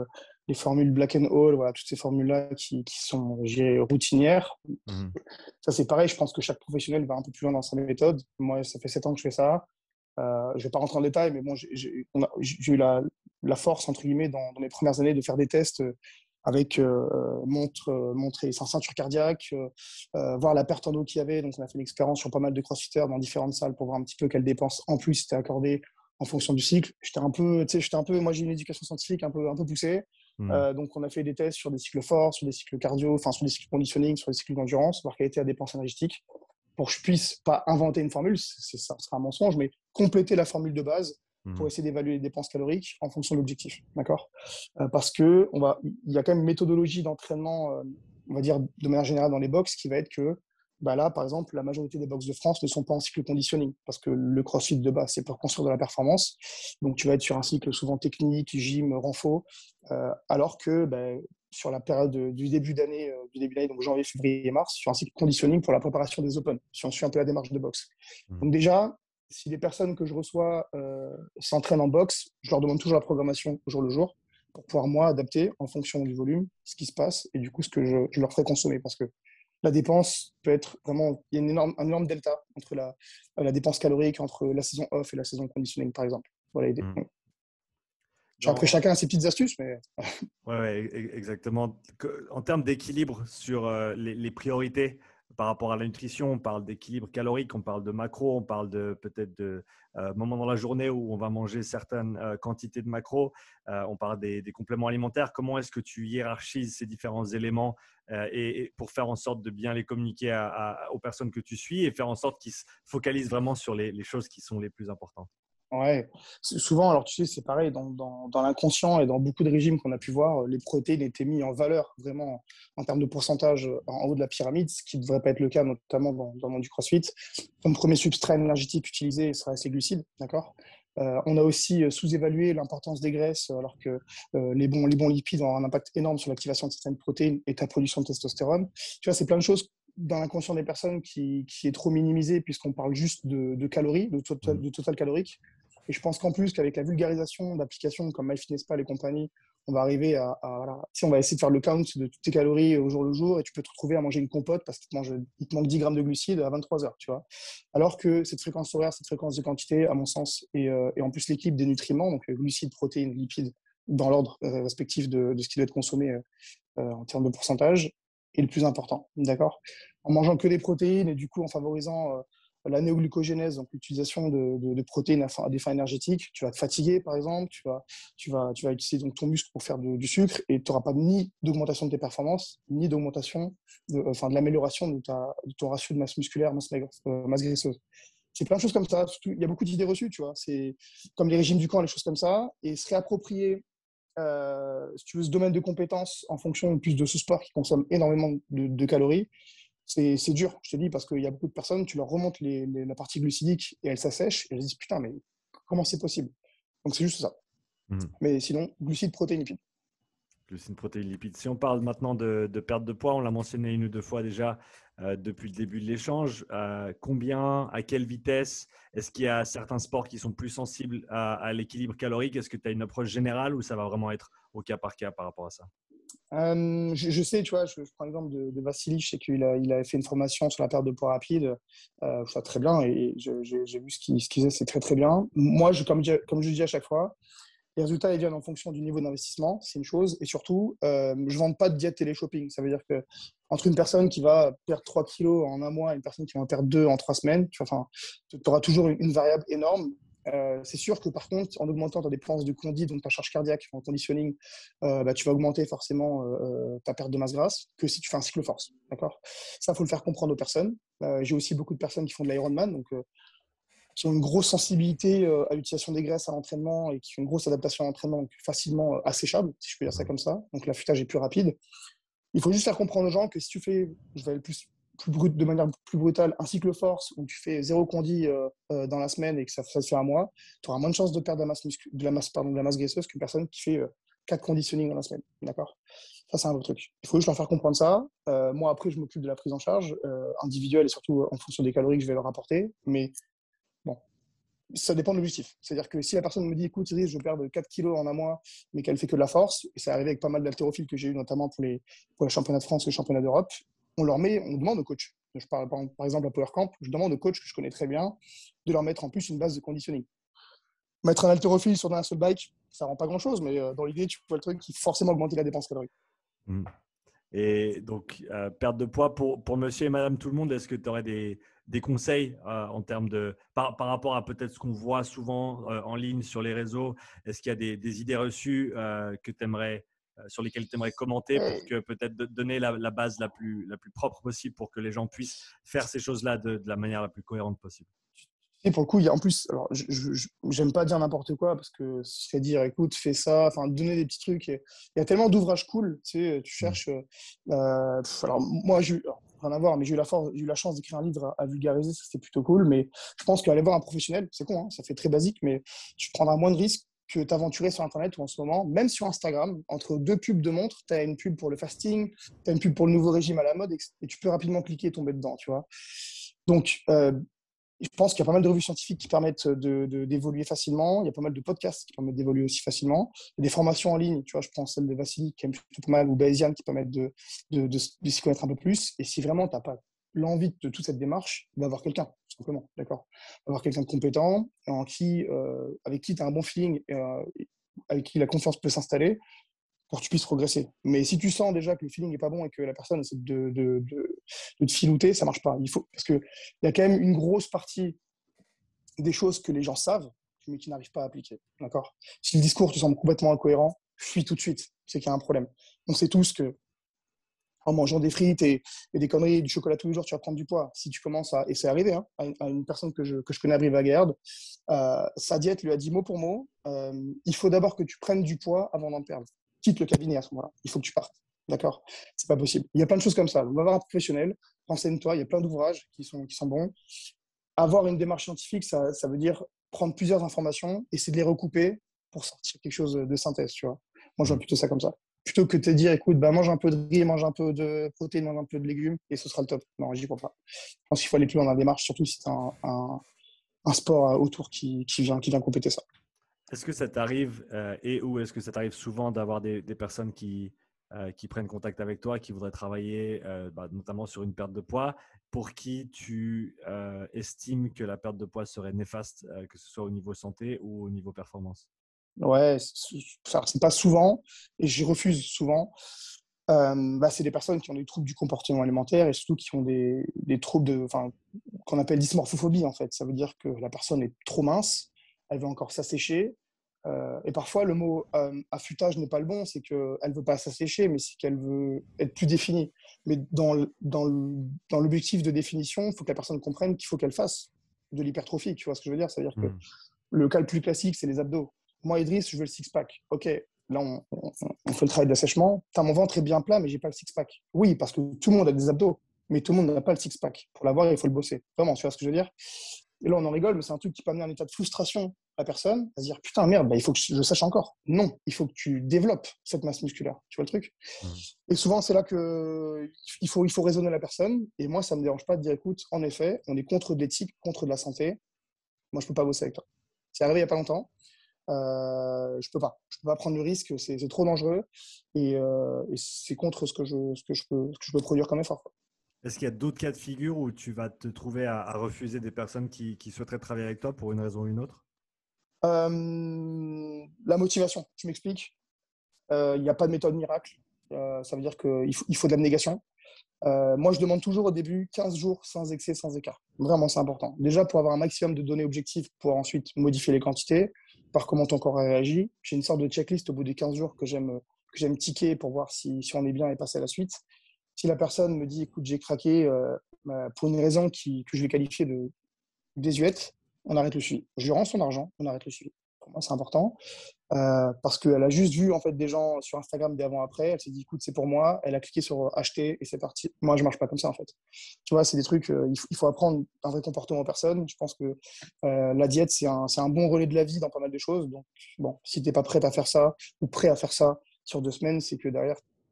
les formules Black and Hall, voilà, toutes ces formules-là qui, qui sont, je dirais, routinières. Mhm. Ça, c'est pareil. Je pense que chaque professionnel va un peu plus loin dans sa méthode. Moi, ça fait sept ans que je fais ça. Euh, je ne vais pas rentrer en détail, mais bon, j'ai, j'ai, on a- j'ai eu la, la force, entre guillemets, dans, dans mes premières années de faire des tests euh, avec euh, montre, euh, montrer sa ceinture cardiaque, euh, euh, voir la perte en eau qu'il y avait. Donc, on a fait l'expérience sur pas mal de crossfitters dans différentes salles pour voir un petit peu quelles dépenses en plus étaient accordées en fonction du cycle. J'étais un peu, tu sais, j'étais un peu, moi, j'ai une éducation scientifique un peu, un peu poussée. Mhm. Euh, donc, on a fait des tests sur des cycles forts, sur des cycles cardio, enfin, sur des cycles conditioning, sur des cycles d'endurance, voir quelle était la dépense énergétique pour que je puisse pas inventer une formule, c'est, ça sera un mensonge, mais compléter la formule de base pour Mhm. essayer d'évaluer les dépenses caloriques en fonction de l'objectif, d'accord. Euh, Parce que on va, il y a quand même une méthodologie d'entraînement, euh, on va dire de manière générale dans les box, qui va être que, bah là, par exemple, la majorité des box de France ne sont pas en cycle conditioning, parce que le CrossFit de base, c'est pour construire de la performance. Donc, tu vas être sur un cycle souvent technique, gym, renfo, euh, alors que bah, sur la période du début d'année, euh, du début d'année, donc janvier, février et mars, sur un cycle conditioning pour la préparation des Open, si on suit un peu la démarche de boxe. Mhm. Donc déjà, si les personnes que je reçois euh, s'entraînent en boxe, je leur demande toujours la programmation au jour le jour pour pouvoir, moi, adapter en fonction du volume, ce qui se passe et du coup, ce que je, je leur ferai consommer. Parce que la dépense peut être vraiment, il y a une énorme, un énorme delta entre la, la dépense calorique entre la saison off et la saison conditioning, par exemple. Voilà, Mhm. après, Dans- chacun a ses petites astuces, mais Ouais, ouais, e- exactement. Que- En termes d'équilibre sur euh, les, les priorités par rapport à la nutrition, on parle d'équilibre calorique, on parle de macro, on parle de peut-être de euh, moments dans la journée où on va manger certaines euh, quantités de macro, euh, on parle des, des compléments alimentaires. Comment est-ce que tu hiérarchises ces différents éléments euh, et, et pour faire en sorte de bien les communiquer à- à- aux personnes que tu suis et faire en sorte qu'ils se focalisent vraiment sur les, les choses qui sont les plus importantes? ouais, c'est- souvent, alors tu sais, c'est pareil, dans, dans, dans l'inconscient et dans beaucoup de régimes qu'on a pu voir, les protéines étaient mis en valeur vraiment en termes de pourcentage en, en haut de la pyramide, ce qui ne devrait pas être le cas, notamment dans, dans le monde du CrossFit. Comme premier substrat énergétique utilisé sera ces glucides, d'accord. Euh, on a aussi euh, sous-évalué l'importance des graisses, alors que euh, les, bons, les bons lipides ont un impact énorme sur l'activation de certaines protéines et ta production de testostérone. Tu vois, c'est plein de choses dans l'inconscient des personnes qui, qui est trop minimisé puisqu'on parle juste de, de calories, de total, Mhm. de total calorique. Et je pense qu'en plus, qu'avec la vulgarisation d'applications comme MyFitnessPal et compagnie, on va arriver à, à voilà, si on va essayer de faire le count de toutes tes calories au jour le jour et tu peux te retrouver à manger une compote parce qu'il te, mange, il te manque dix grammes de glucides à vingt-trois heures, tu vois. Alors que cette fréquence horaire, cette fréquence de quantité, à mon sens, et, euh, et en plus l'équilibre des nutriments, donc glucides, protéines, lipides, dans l'ordre euh, respectif de, de ce qui doit être consommé euh, en termes de pourcentage, est le plus important, d'accord. En mangeant que des protéines et du coup en favorisant euh, la néoglucogénèse, donc l'utilisation de, de, de protéines à, à des fins énergétiques, tu vas te fatiguer par exemple, tu vas, tu vas, tu vas utiliser donc ton muscle pour faire de, du sucre et tu n'auras pas ni d'augmentation de tes performances, ni d'augmentation, de, enfin de l'amélioration de, ta, de ton ratio de masse musculaire, masse, euh, masse graisseuse. C'est plein de choses comme ça. Il y a beaucoup d'idées reçues, tu vois. C'est comme les régimes du camp, les choses comme ça. Et se réapproprier, euh, si tu veux, ce domaine de compétences en fonction plus de ce sport qui consomme énormément de, de calories, c'est, c'est dur, je te dis, parce qu'il y a beaucoup de personnes, tu leur remontes les, les, la partie glucidique et elles s'assèchent et elles se disent putain, mais comment c'est possible? Donc c'est juste ça. Mhm. Mais sinon, glucides, protéines, lipides. Glucides, protéines, lipides. Si on parle maintenant de, de perte de poids, on l'a mentionné une ou deux fois déjà euh, depuis le début de l'échange. Euh, combien, à quelle vitesse? Est-ce qu'il y a certains sports qui sont plus sensibles à, à l'équilibre calorique? Est-ce que tu as une approche générale ou ça va vraiment être au cas par cas par rapport à ça? Euh, je, je sais, tu vois, je, je prends l'exemple de, de Vassili, je sais qu'il a, il avait fait une formation sur la perte de poids rapide, euh, ça très bien, et je, j'ai, j'ai vu ce qu'il, ce qu'il faisait, c'est très très bien. Moi, je, comme, comme je dis à chaque fois, les résultats ils viennent en fonction du niveau d'investissement, c'est une chose, et surtout, euh, je ne vends pas de diète télé-shopping, ça veut dire que entre une personne qui va perdre trois kilos en un mois et une personne qui va en perdre deux en trois semaines, tu auras toujours une, une variable énorme. Euh, c'est sûr que par contre, en augmentant ta dépense de condi, donc ta charge cardiaque en conditioning, euh, bah, tu vas augmenter forcément euh, ta perte de masse grasse que si tu fais un cycle force. D'accord. Ça, il faut le faire comprendre aux personnes. Euh, j'ai aussi beaucoup de personnes qui font de l'Ironman, donc euh, qui ont une grosse sensibilité euh, à l'utilisation des graisses à l'entraînement et qui ont une grosse adaptation à l'entraînement, donc facilement euh, asséchable, si je peux dire ça comme ça. Donc l'affûtage est plus rapide. Il faut juste faire comprendre aux gens que si tu fais, je vais aller plus, plus brut, de manière plus brutale, un cycle force où tu fais zéro condi euh, euh, dans la semaine et que ça, ça se fait un mois, tu auras moins de chances de perdre de la masse, muscu- de la masse, pardon, de la masse graisseuse qu'une personne qui fait euh, quatre conditioning dans la semaine. D'accord. Ça, c'est un autre truc. Il faut juste leur faire comprendre ça. Euh, moi, après, je m'occupe de la prise en charge euh, individuelle et surtout en fonction des calories que je vais leur apporter. Mais bon, ça dépend de l'objectif. C'est-à-dire que si la personne me dit, écoute, Cyril, je veux perdre quatre kilos en un mois, mais qu'elle fait que de la force, et c'est arrivé avec pas mal d'haltérophiles que j'ai eu, notamment pour les, pour les championnats de France et les championnats d'Europe, on leur met, on demande au coach. Je parle par exemple à Power Camp, je demande au coach que je connais très bien de leur mettre en plus une base de conditioning. Mettre un haltérophile sur un seul bike, ça rend pas grand-chose, mais dans l'idée, tu vois le truc qui forcément augmenter la dépense calorique. Mmh. Et donc, euh, perte de poids pour, pour monsieur et madame tout le monde, est-ce que tu aurais des, des conseils euh, en termes de, par, par rapport à peut-être ce qu'on voit souvent euh, en ligne sur les réseaux? Est-ce qu'il y a des, des idées reçues euh, que t'aimerais, euh, sur lesquelles tu aimerais commenter pour que peut-être de, donner la, la base la plus, la plus propre possible pour que les gens puissent faire ces choses-là de, de la manière la plus cohérente possible? Et pour le coup, il y a en plus, alors je, je, j'aime pas dire n'importe quoi parce que c'est dire, écoute, fais ça, enfin donner des petits trucs. Et, il y a tellement d'ouvrages cool, tu sais, tu cherches. Euh, pff, alors moi, j'ai eu, alors, rien à voir, mais j'ai eu la force, j'ai eu la chance d'écrire un livre à, à vulgariser, c'était plutôt cool. Mais je pense qu'aller voir un professionnel, c'est con, hein, ça fait très basique, mais tu prendras moins de risques que t'aventurer sur Internet ou en ce moment, même sur Instagram, entre deux pubs de montres, tu as une pub pour le fasting, tu as une pub pour le nouveau régime à la mode, et, et tu peux rapidement cliquer et tomber dedans, tu vois. Donc, euh, je pense qu'il y a pas mal de revues scientifiques qui permettent de, de, d'évoluer facilement. Il y a pas mal de podcasts qui permettent d'évoluer aussi facilement. Il y a des formations en ligne, tu vois, je prends celle de Vassili qui est plutôt pas mal, ou Bayesian qui permettent de, de, de, de s'y connaître un peu plus. Et si vraiment tu n'as pas l'envie de toute cette démarche, d'avoir quelqu'un, tout simplement, d'accord. Avoir quelqu'un de compétent, en qui, euh, avec qui tu as un bon feeling, euh, avec qui la confiance peut s'installer, pour que tu puisses progresser. Mais si tu sens déjà que le feeling n'est pas bon et que la personne essaie de, de, de, de te filouter, ça ne marche pas. Il faut, parce qu'il y a quand même une grosse partie des choses que les gens savent, mais qui n'arrivent pas à appliquer. D'accord ? Si le discours te semble complètement incohérent, fuis tout de suite. C'est qu'il y a un problème. On sait tous que en mangeant des frites et, et des conneries et du chocolat tous les jours, tu vas prendre du poids. Si tu commences à, et c'est arrivé hein, à, une, à une personne que je, que je connais à Brive-la-Gaillarde, euh, sa diète lui a dit mot pour mot, euh, il faut d'abord que tu prennes du poids avant d'en perdre. Quitte le cabinet à ce moment-là. Il faut que tu partes. D'accord ? C'est pas possible. Il y a plein de choses comme ça. On va voir un professionnel, renseigne-toi, il y a plein d'ouvrages qui sont, qui sont bons. Avoir une démarche scientifique, ça, ça veut dire prendre plusieurs informations, essayer de les recouper pour sortir quelque chose de synthèse, tu vois. Moi, je vois plutôt ça comme ça. Plutôt que de te dire, écoute, bah, mange un peu de riz, mange un peu de protéines, mange un peu de légumes, et ce sera le top. Non, j'y crois pas. Je pense qu'il faut aller plus loin dans la démarche, surtout si c'est un, un, un sport autour qui, qui, vient, qui vient compléter ça. Est-ce que ça t'arrive euh, et ou est-ce que ça t'arrive souvent d'avoir des, des personnes qui, euh, qui prennent contact avec toi, qui voudraient travailler euh, bah, notamment sur une perte de poids, pour qui tu euh, estimes que la perte de poids serait néfaste, euh, que ce soit au niveau santé ou au niveau performance? Ouais, c'est pas souvent, et j'y refuse souvent. Euh, bah, c'est des personnes qui ont des troubles du comportement alimentaire et surtout qui ont des, des troubles de, enfin, qu'on appelle dysmorphophobie en fait. Ça veut dire que la personne est trop mince, elle veut encore s'assécher. Euh, et parfois, le mot euh, affûtage n'est pas le bon, c'est qu'elle ne veut pas s'assécher, mais c'est qu'elle veut être plus définie. Mais dans, le- dans, le- dans l'objectif de définition, il faut que la personne comprenne qu'il faut qu'elle fasse de l'hypertrophie. Tu vois ce que je veux dire? C'est-à-dire que Hmm. le cas le plus classique, c'est les abdos. Moi, Idriss, je veux le six-pack. OK, là, on, on- on fait le travail d'assèchement. Putain, mon ventre est bien plat, mais j'ai pas le six-pack. Oui, parce que tout le monde a des abdos, mais tout le monde n'a pas le six-pack. Pour l'avoir, il faut le bosser. Vraiment, tu vois ce que je veux dire? Et là, on en rigole, mais c'est un truc qui peut amener un état de frustration à la personne, à se dire putain, merde, bah, il faut que je sache encore. Non, il faut que tu développes cette masse musculaire. Tu vois le truc? Hmm. Et souvent, c'est là que il faut, il faut raisonner la personne. Et moi, ça me dérange pas de dire écoute, en effet, on est contre de l'éthique, contre de la santé. Moi, je peux pas bosser avec toi. C'est arrivé il y a pas longtemps. Euh, je peux pas. Je peux pas prendre le risque. C'est, c'est trop dangereux. Et, euh, et c'est contre ce que je, ce que je peux, ce que je peux produire comme effort, quoi. Est-ce qu'il y a d'autres cas de figure où tu vas te trouver à, à refuser des personnes qui, qui souhaiteraient travailler avec toi pour une raison ou une autre? Euh, la motivation, je m'explique. Il n'y a pas de méthode miracle. Euh, ça veut dire qu'il faut, il faut de l'abnégation. Euh, moi, je demande toujours au début quinze jours sans excès, sans écart. Vraiment, c'est important. Déjà, pour avoir un maximum de données objectives, pour ensuite modifier les quantités, par comment ton corps a réagi. J'ai une sorte de checklist au bout des quinze jours que j'aime, que j'aime ticker pour voir si, si on est bien et passer à la suite. Si la personne me dit, écoute, j'ai craqué euh, bah, pour une raison qui, que je vais qualifier de désuète, on arrête le suivi. Je lui rends son argent, on arrête le suivi. Pour moi, c'est important. Euh, parce qu'elle a juste vu en fait des gens sur Instagram des avant-après, elle s'est dit écoute c'est pour moi, elle a cliqué sur acheter et c'est parti. Moi je marche pas comme ça en fait. Tu vois, c'est des trucs, euh, il, faut, il faut apprendre un vrai comportement aux personnes. Je pense que euh, la diète c'est un, c'est un bon relais de la vie dans pas mal de choses. Donc bon, si t'es pas prête à faire ça ou prêt à faire ça sur deux semaines, c'est que derrière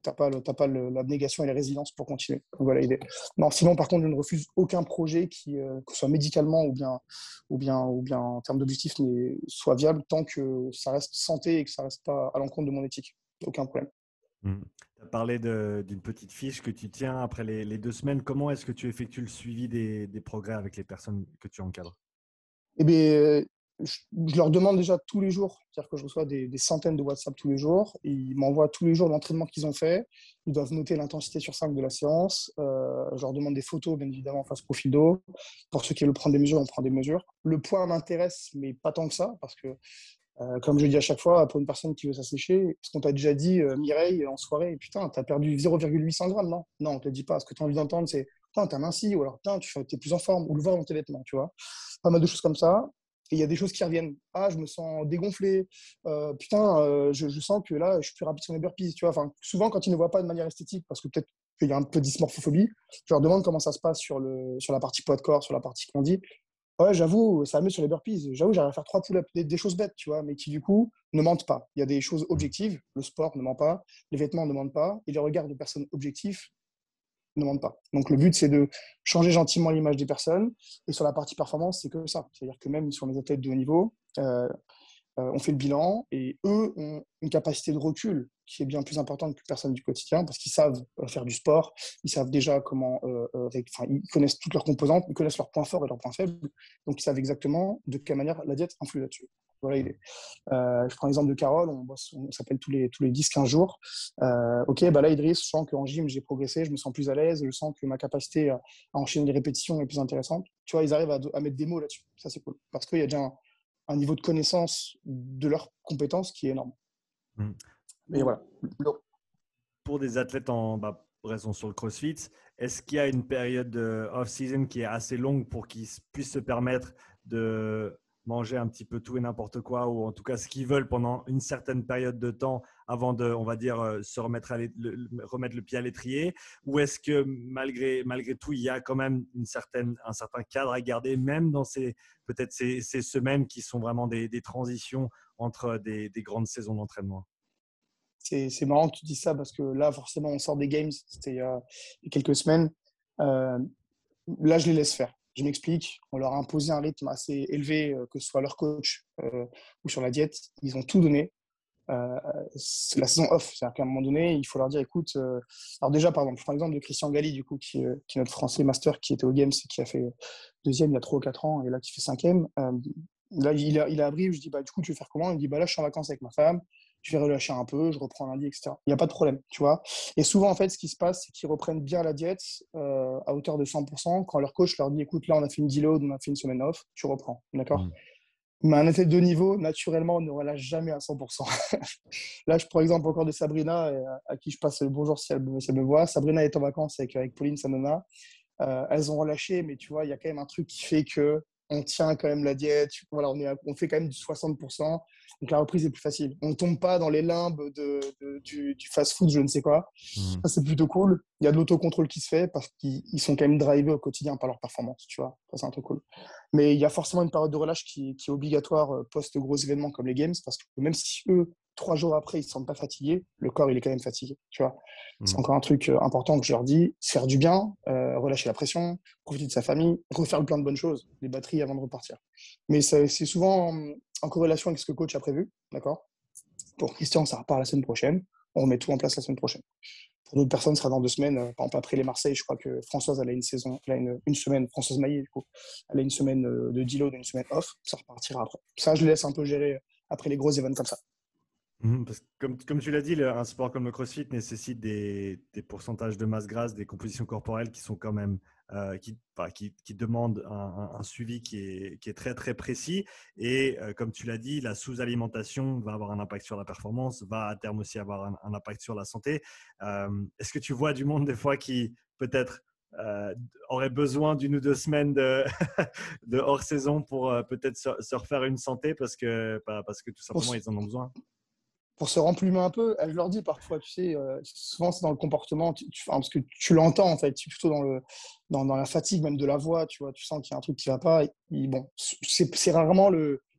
t'as pas, le, t'as pas le, l'abnégation et la résilience pour continuer. Donc, voilà l'idée. Non, sinon, par contre, je ne refuse aucun projet qui, euh, que ce soit médicalement ou bien, ou bien, ou bien en termes d'objectifs, n'est, soit viable tant que ça reste santé et que ça reste pas à l'encontre de mon éthique. Aucun problème. Tu as parlé de- d'une petite fiche que tu tiens après les, les deux semaines. Comment est-ce que tu effectues le suivi des, des progrès avec les personnes que tu encadres? Eh bien, je, je leur demande déjà tous les jours, c'est-à-dire que je reçois des, des centaines de WhatsApp tous les jours. Ils m'envoient tous les jours l'entraînement qu'ils ont fait. Ils doivent noter l'intensité sur cinq de la séance. Euh, je leur demande des photos, bien évidemment, face profil d'eau. Pour ceux qui veulent prendre des mesures, on prend des mesures. Le poids m'intéresse, mais pas tant que ça, parce que, euh, comme je le dis à chaque fois, pour une personne qui veut s'assécher, ce qu'on t'a déjà dit, euh, Mireille, en soirée, putain, t'as perdu zéro virgule huit cents grammes, non? Non, on te le dit pas. Ce que tu as envie d'entendre, c'est, putain, t'as minci, ou alors, putain, tu es plus en forme, ou le voir dans tes vêtements, tu vois. Pas mal de choses comme ça. Et il y a des choses qui reviennent. Ah, je me sens dégonflé. Euh, putain, euh, je, je sens que là, je suis plus rapide sur mes burpees. Tu vois, enfin, souvent, quand ils ne voient pas de manière esthétique, parce que peut-être qu'il y a un peu de dysmorphophobie, je leur demande comment ça se passe sur, le, sur la partie poids de corps, sur la partie qu'on dit. Ouais, j'avoue, ça va mieux sur les burpees. J'avoue, j'arrive à faire trois pull-ups, des, des choses bêtes, tu vois, mais qui du coup ne mentent pas. Il y a des choses objectives. Le sport ne ment pas, les vêtements ne mentent pas, et les regards de personnes objectives ne mentent pas. Donc le but, c'est de changer gentiment l'image des personnes. Et sur la partie performance, c'est que ça. C'est-à-dire que même sur les athlètes de haut niveau, euh, euh, on fait le bilan et eux ont une capacité de recul qui est bien plus importante que personne du quotidien parce qu'ils savent euh, faire du sport, ils savent déjà comment, euh, euh, enfin, ils connaissent toutes leurs composantes, ils connaissent leurs points forts et leurs points faibles, donc ils savent exactement de quelle manière la diète influe là-dessus. Voilà l'idée. Euh, je prends l'exemple de Carole, on, bosse, on s'appelle tous les, tous les dix quinze jours. Euh, ok, bah là, Idriss, je sens qu'en gym, j'ai progressé, je me sens plus à l'aise, je sens que ma capacité à, à enchaîner les répétitions est plus intéressante. Tu vois, ils arrivent à, à mettre des mots là-dessus. Ça, c'est cool. Parce qu'il y a déjà un, un niveau de connaissance de leurs compétences qui est énorme. Mm. Mais Pour, voilà. pour des athlètes en, bah, restons sur le CrossFit, est-ce qu'il y a une période de off-season qui est assez longue pour qu'ils puissent se permettre de manger un petit peu tout et n'importe quoi, ou en tout cas ce qu'ils veulent pendant une certaine période de temps avant de, on va dire, euh, se remettre, à le, remettre le pied à l'étrier? Ou est-ce que malgré, malgré tout, il y a quand même une certaine, un certain cadre à garder, même dans ces, peut-être ces, ces semaines qui sont vraiment des, des transitions entre des, des grandes saisons d'entraînement? C'est, c'est marrant que tu dis ça parce que là, forcément, on sort des games, c'était il y a quelques semaines. Euh, là, je les laisse faire. Je m'explique. On leur a imposé un rythme assez élevé, euh, que ce soit leur coach euh, ou sur la diète. Ils ont tout donné. Euh, c'est la saison off. C'est-à-dire qu'à un moment donné, il faut leur dire, écoute, euh... alors déjà, par exemple, je prends l'exemple de Christian Galli, du coup, qui, euh, qui est notre Français master, qui était au Games et qui a fait deuxième il y a trois ou quatre ans, et là, qui fait cinquième. Euh, là, il a, il a appris, je dis, bah, du coup, tu veux faire comment? Il me dit, bah, là, je suis en vacances avec ma femme, je vais relâcher un peu, je reprends lundi, et cetera. Il n'y a pas de problème, tu vois. Et souvent, en fait, ce qui se passe, c'est qu'ils reprennent bien la diète euh, à hauteur de cent pour cent quand leur coach leur dit, écoute, là, on a fait une deload, on a fait une semaine off, tu reprends, d'accord? Mm. Mais un athlète de niveau, naturellement, ne relâche jamais à cent pour cent. Là, je prends l'exemple encore de Sabrina, à qui je passe le bonjour si elle, si elle me voit. Sabrina est en vacances avec, avec Pauline, sa nana. Euh, elles ont relâché, mais tu vois, il y a quand même un truc qui fait que on tient quand même la diète. Voilà, on, est, on fait quand même du soixante pour cent. Donc la reprise est plus facile. On ne tombe pas dans les limbes de, de, du, du fast-food, je ne sais quoi. Mm. Ça, c'est plutôt cool. Il y a de l'autocontrôle qui se fait parce qu'ils sont quand même drivés au quotidien par leur performance, tu vois. Ça, c'est un truc cool. Mais il y a forcément une période de relâche qui, qui est obligatoire euh, post-gros événements comme les Games parce que même si eux, trois jours après, ils ne se sentent pas fatigués, le corps, il est quand même fatigué, tu vois. C'est Mm. encore un truc euh, important que je leur dis, se faire du bien, euh, relâcher la pression, profiter de sa famille, refaire le plein de bonnes choses, les batteries avant de repartir. Mais ça, c'est souvent en, en corrélation avec ce que le coach a prévu, d'accord? Pour Christian, ça repart la semaine prochaine. On remet tout en place la semaine prochaine. Pour d'autres personnes, ce sera dans deux semaines. Euh, Par exemple, après les Marseille, je crois que Françoise, elle a une saison, elle a une, une semaine, Françoise Maillet, du coup, elle a une semaine euh, de deload, une semaine off. Ça repartira après. Ça, je le laisse un peu gérer après les gros événements comme ça. Mhm. Parce que comme, comme tu l'as dit, le- un sport comme le CrossFit nécessite des, des pourcentages de masse grasse, des compositions corporelles qui sont quand même euh, qui, enfin, qui, qui demandent un, un- un suivi qui est, qui est très très précis. Et euh, comme tu l'as dit, la sous-alimentation va avoir un impact sur la performance, va à terme aussi avoir un, un impact sur la santé. Euh, est-ce que tu vois du monde des fois qui peut-être euh, aurait besoin d'une ou deux semaines de, de hors saison pour euh, peut-être se, se refaire une santé parce que, bah, parce que tout Pour, simplement ils en ont besoin? pour se remplumer un peu, je leur dis parfois, tu sais, euh, souvent c'est dans le comportement, tu, tu, enfin, parce que tu l'entends en fait, c'est plutôt dans, le, dans, dans la fatigue même de la voix, tu vois, tu sens qu'il y a un truc qui va pas. Et, bon, c'est, c'est rarement le,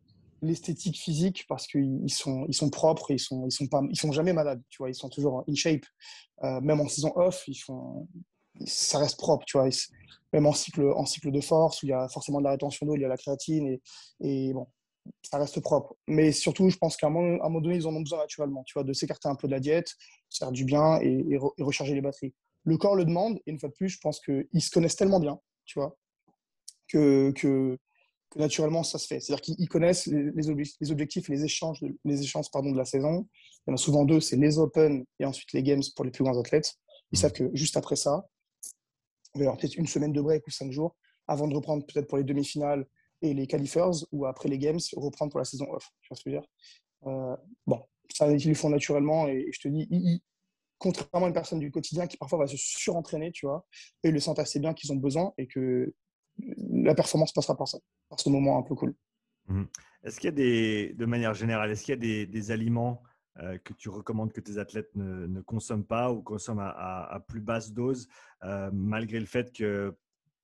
l'esthétique physique parce qu'ils sont, ils sont propres, ils sont, ils sont pas, ils sont jamais malades, tu vois, ils sont toujours in shape. Euh, même en saison off, ils font, ça reste propre, tu vois. Ils- même en cycle, en cycle de force où il y a forcément de la rétention d'eau, il y a la créatine et, et bon, ça reste propre. Mais surtout, je pense qu'à un moment, à un moment donné, ils en ont besoin naturellement, tu vois, de s'écarter un peu de la diète, se faire du bien et, et, re- et recharger les batteries. Le corps le demande et une fois de plus, je pense qu'ils se connaissent tellement bien, tu vois, que, que que naturellement ça se fait. C'est-à-dire qu'ils connaissent les, les, obje- les objectifs et les échanges, de, les échanges pardon, de la saison. Il y en a souvent deux, c'est les Open et ensuite les Games pour les plus grands athlètes. Ils Mhm. savent que juste après ça, il va y avoir peut-être une semaine de break ou cinq jours avant de reprendre peut-être pour les demi-finales et les qualifiers ou après les Games, reprendre pour la saison off. Tu vois ce que je veux dire euh, Bon, ça, ils le font naturellement et, et je te dis, ils, ils, contrairement à une personne du quotidien qui parfois va se surentraîner, tu vois, et ils le sentent assez bien qu'ils ont besoin et que la performance passera par ça, par ce moment un peu cool. Mhm. Est-ce qu'il y a des, de manière générale, est-ce qu'il y a des, des aliments euh, que tu recommandes que tes athlètes ne, ne consomment pas ou consomment à, à- à plus basse dose, euh, malgré le fait que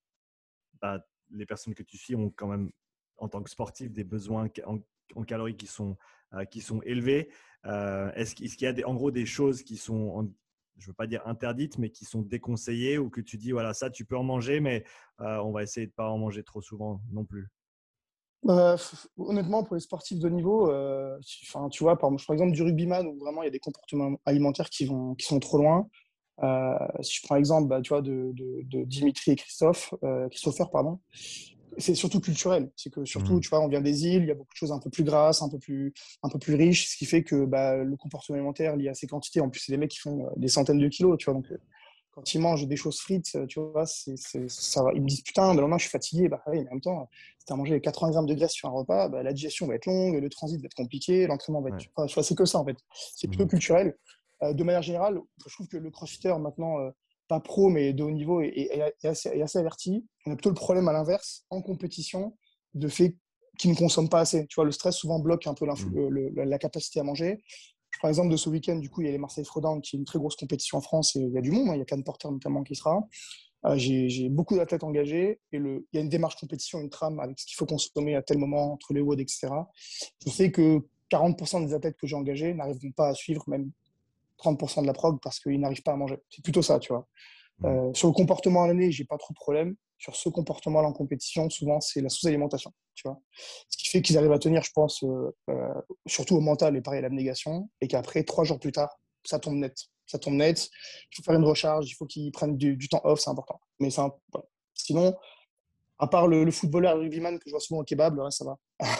bah, les personnes que tu suis ont quand même, en tant que sportif, des besoins ca- en, en calories qui sont, euh, qui sont élevés. Euh, est-ce, qu'il est-ce qu'il y a des, en gros des choses qui sont, en- je ne veux pas dire interdites, mais qui sont déconseillées ou que tu dis, voilà, ça, tu peux en manger, mais euh, on va essayer de ne pas en manger trop souvent non plus. Euh, f- honnêtement, pour les sportifs de niveau, euh, tu, enfin, tu vois, par, par exemple, du rugbyman où vraiment il y a des comportements alimentaires qui, vont, qui sont trop loin. Euh, si je prends l'exemple bah, tu vois, de, de, de Dimitri et Christophe, euh, Christopher, pardon, c'est surtout culturel. C'est que surtout, Mhm. tu vois, on vient des îles, il y a beaucoup de choses un peu plus grasses, un peu plus, un peu plus riches, ce qui fait que bah, le comportement alimentaire lié à ces quantités, en plus, c'est des mecs qui font euh, des centaines de kilos, tu vois, donc euh, quand ils mangent des choses frites, euh, tu vois, c'est, c'est, ça va. Ils me disent, putain, le lendemain, je suis fatigué. Bah oui, mais en même temps, si tu as mangé quatre-vingts grammes de graisse sur un repas, bah, la digestion va être longue, le transit va être compliqué, l'entraînement va être. Ouais. Enfin, tu vois, c'est que ça, en fait. C'est plutôt Mhm. culturel. Euh, de manière générale, je trouve que le crossfitter, maintenant, euh, pas pro, mais de haut niveau, est, est- est assez, est assez averti. On a plutôt le problème à l'inverse, en compétition, de fait qu'ils ne consomment pas assez. Tu vois, le stress souvent bloque un peu Mhm. le- le- la capacité à manger. Par exemple, de ce week-end, du coup, il y a les Marseille Throwdown, qui est une très grosse compétition en France, et il y a du monde, hein. Il y a Cannes Porter notamment qui sera. Euh, j'ai, j'ai beaucoup d'athlètes engagés, et le, il y a une démarche compétition, une trame avec ce qu'il faut consommer à tel moment, entre les W O D, et cetera. Je sais que quarante pour cent des athlètes que j'ai engagés n'arriveront pas à suivre même trente pour cent de la prog parce qu'ils n'arrivent pas à manger. C'est plutôt ça, tu vois. Mhm. Euh, sur le comportement à l'année, j'ai pas trop de problème. Sur ce comportement-là en compétition, souvent, c'est la sous-alimentation, tu vois. Ce qui fait qu'ils arrivent à tenir, je pense, euh, euh, surtout au mental et pareil à l'abnégation, et qu'après, trois jours plus tard, ça tombe net. Ça tombe net. Il faut faire une recharge, il faut qu'ils prennent du, du temps off, c'est important. Mais c'est un, voilà. Sinon, à part le, le footballeur le rugbyman que je vois souvent au kebab, le reste, ça va.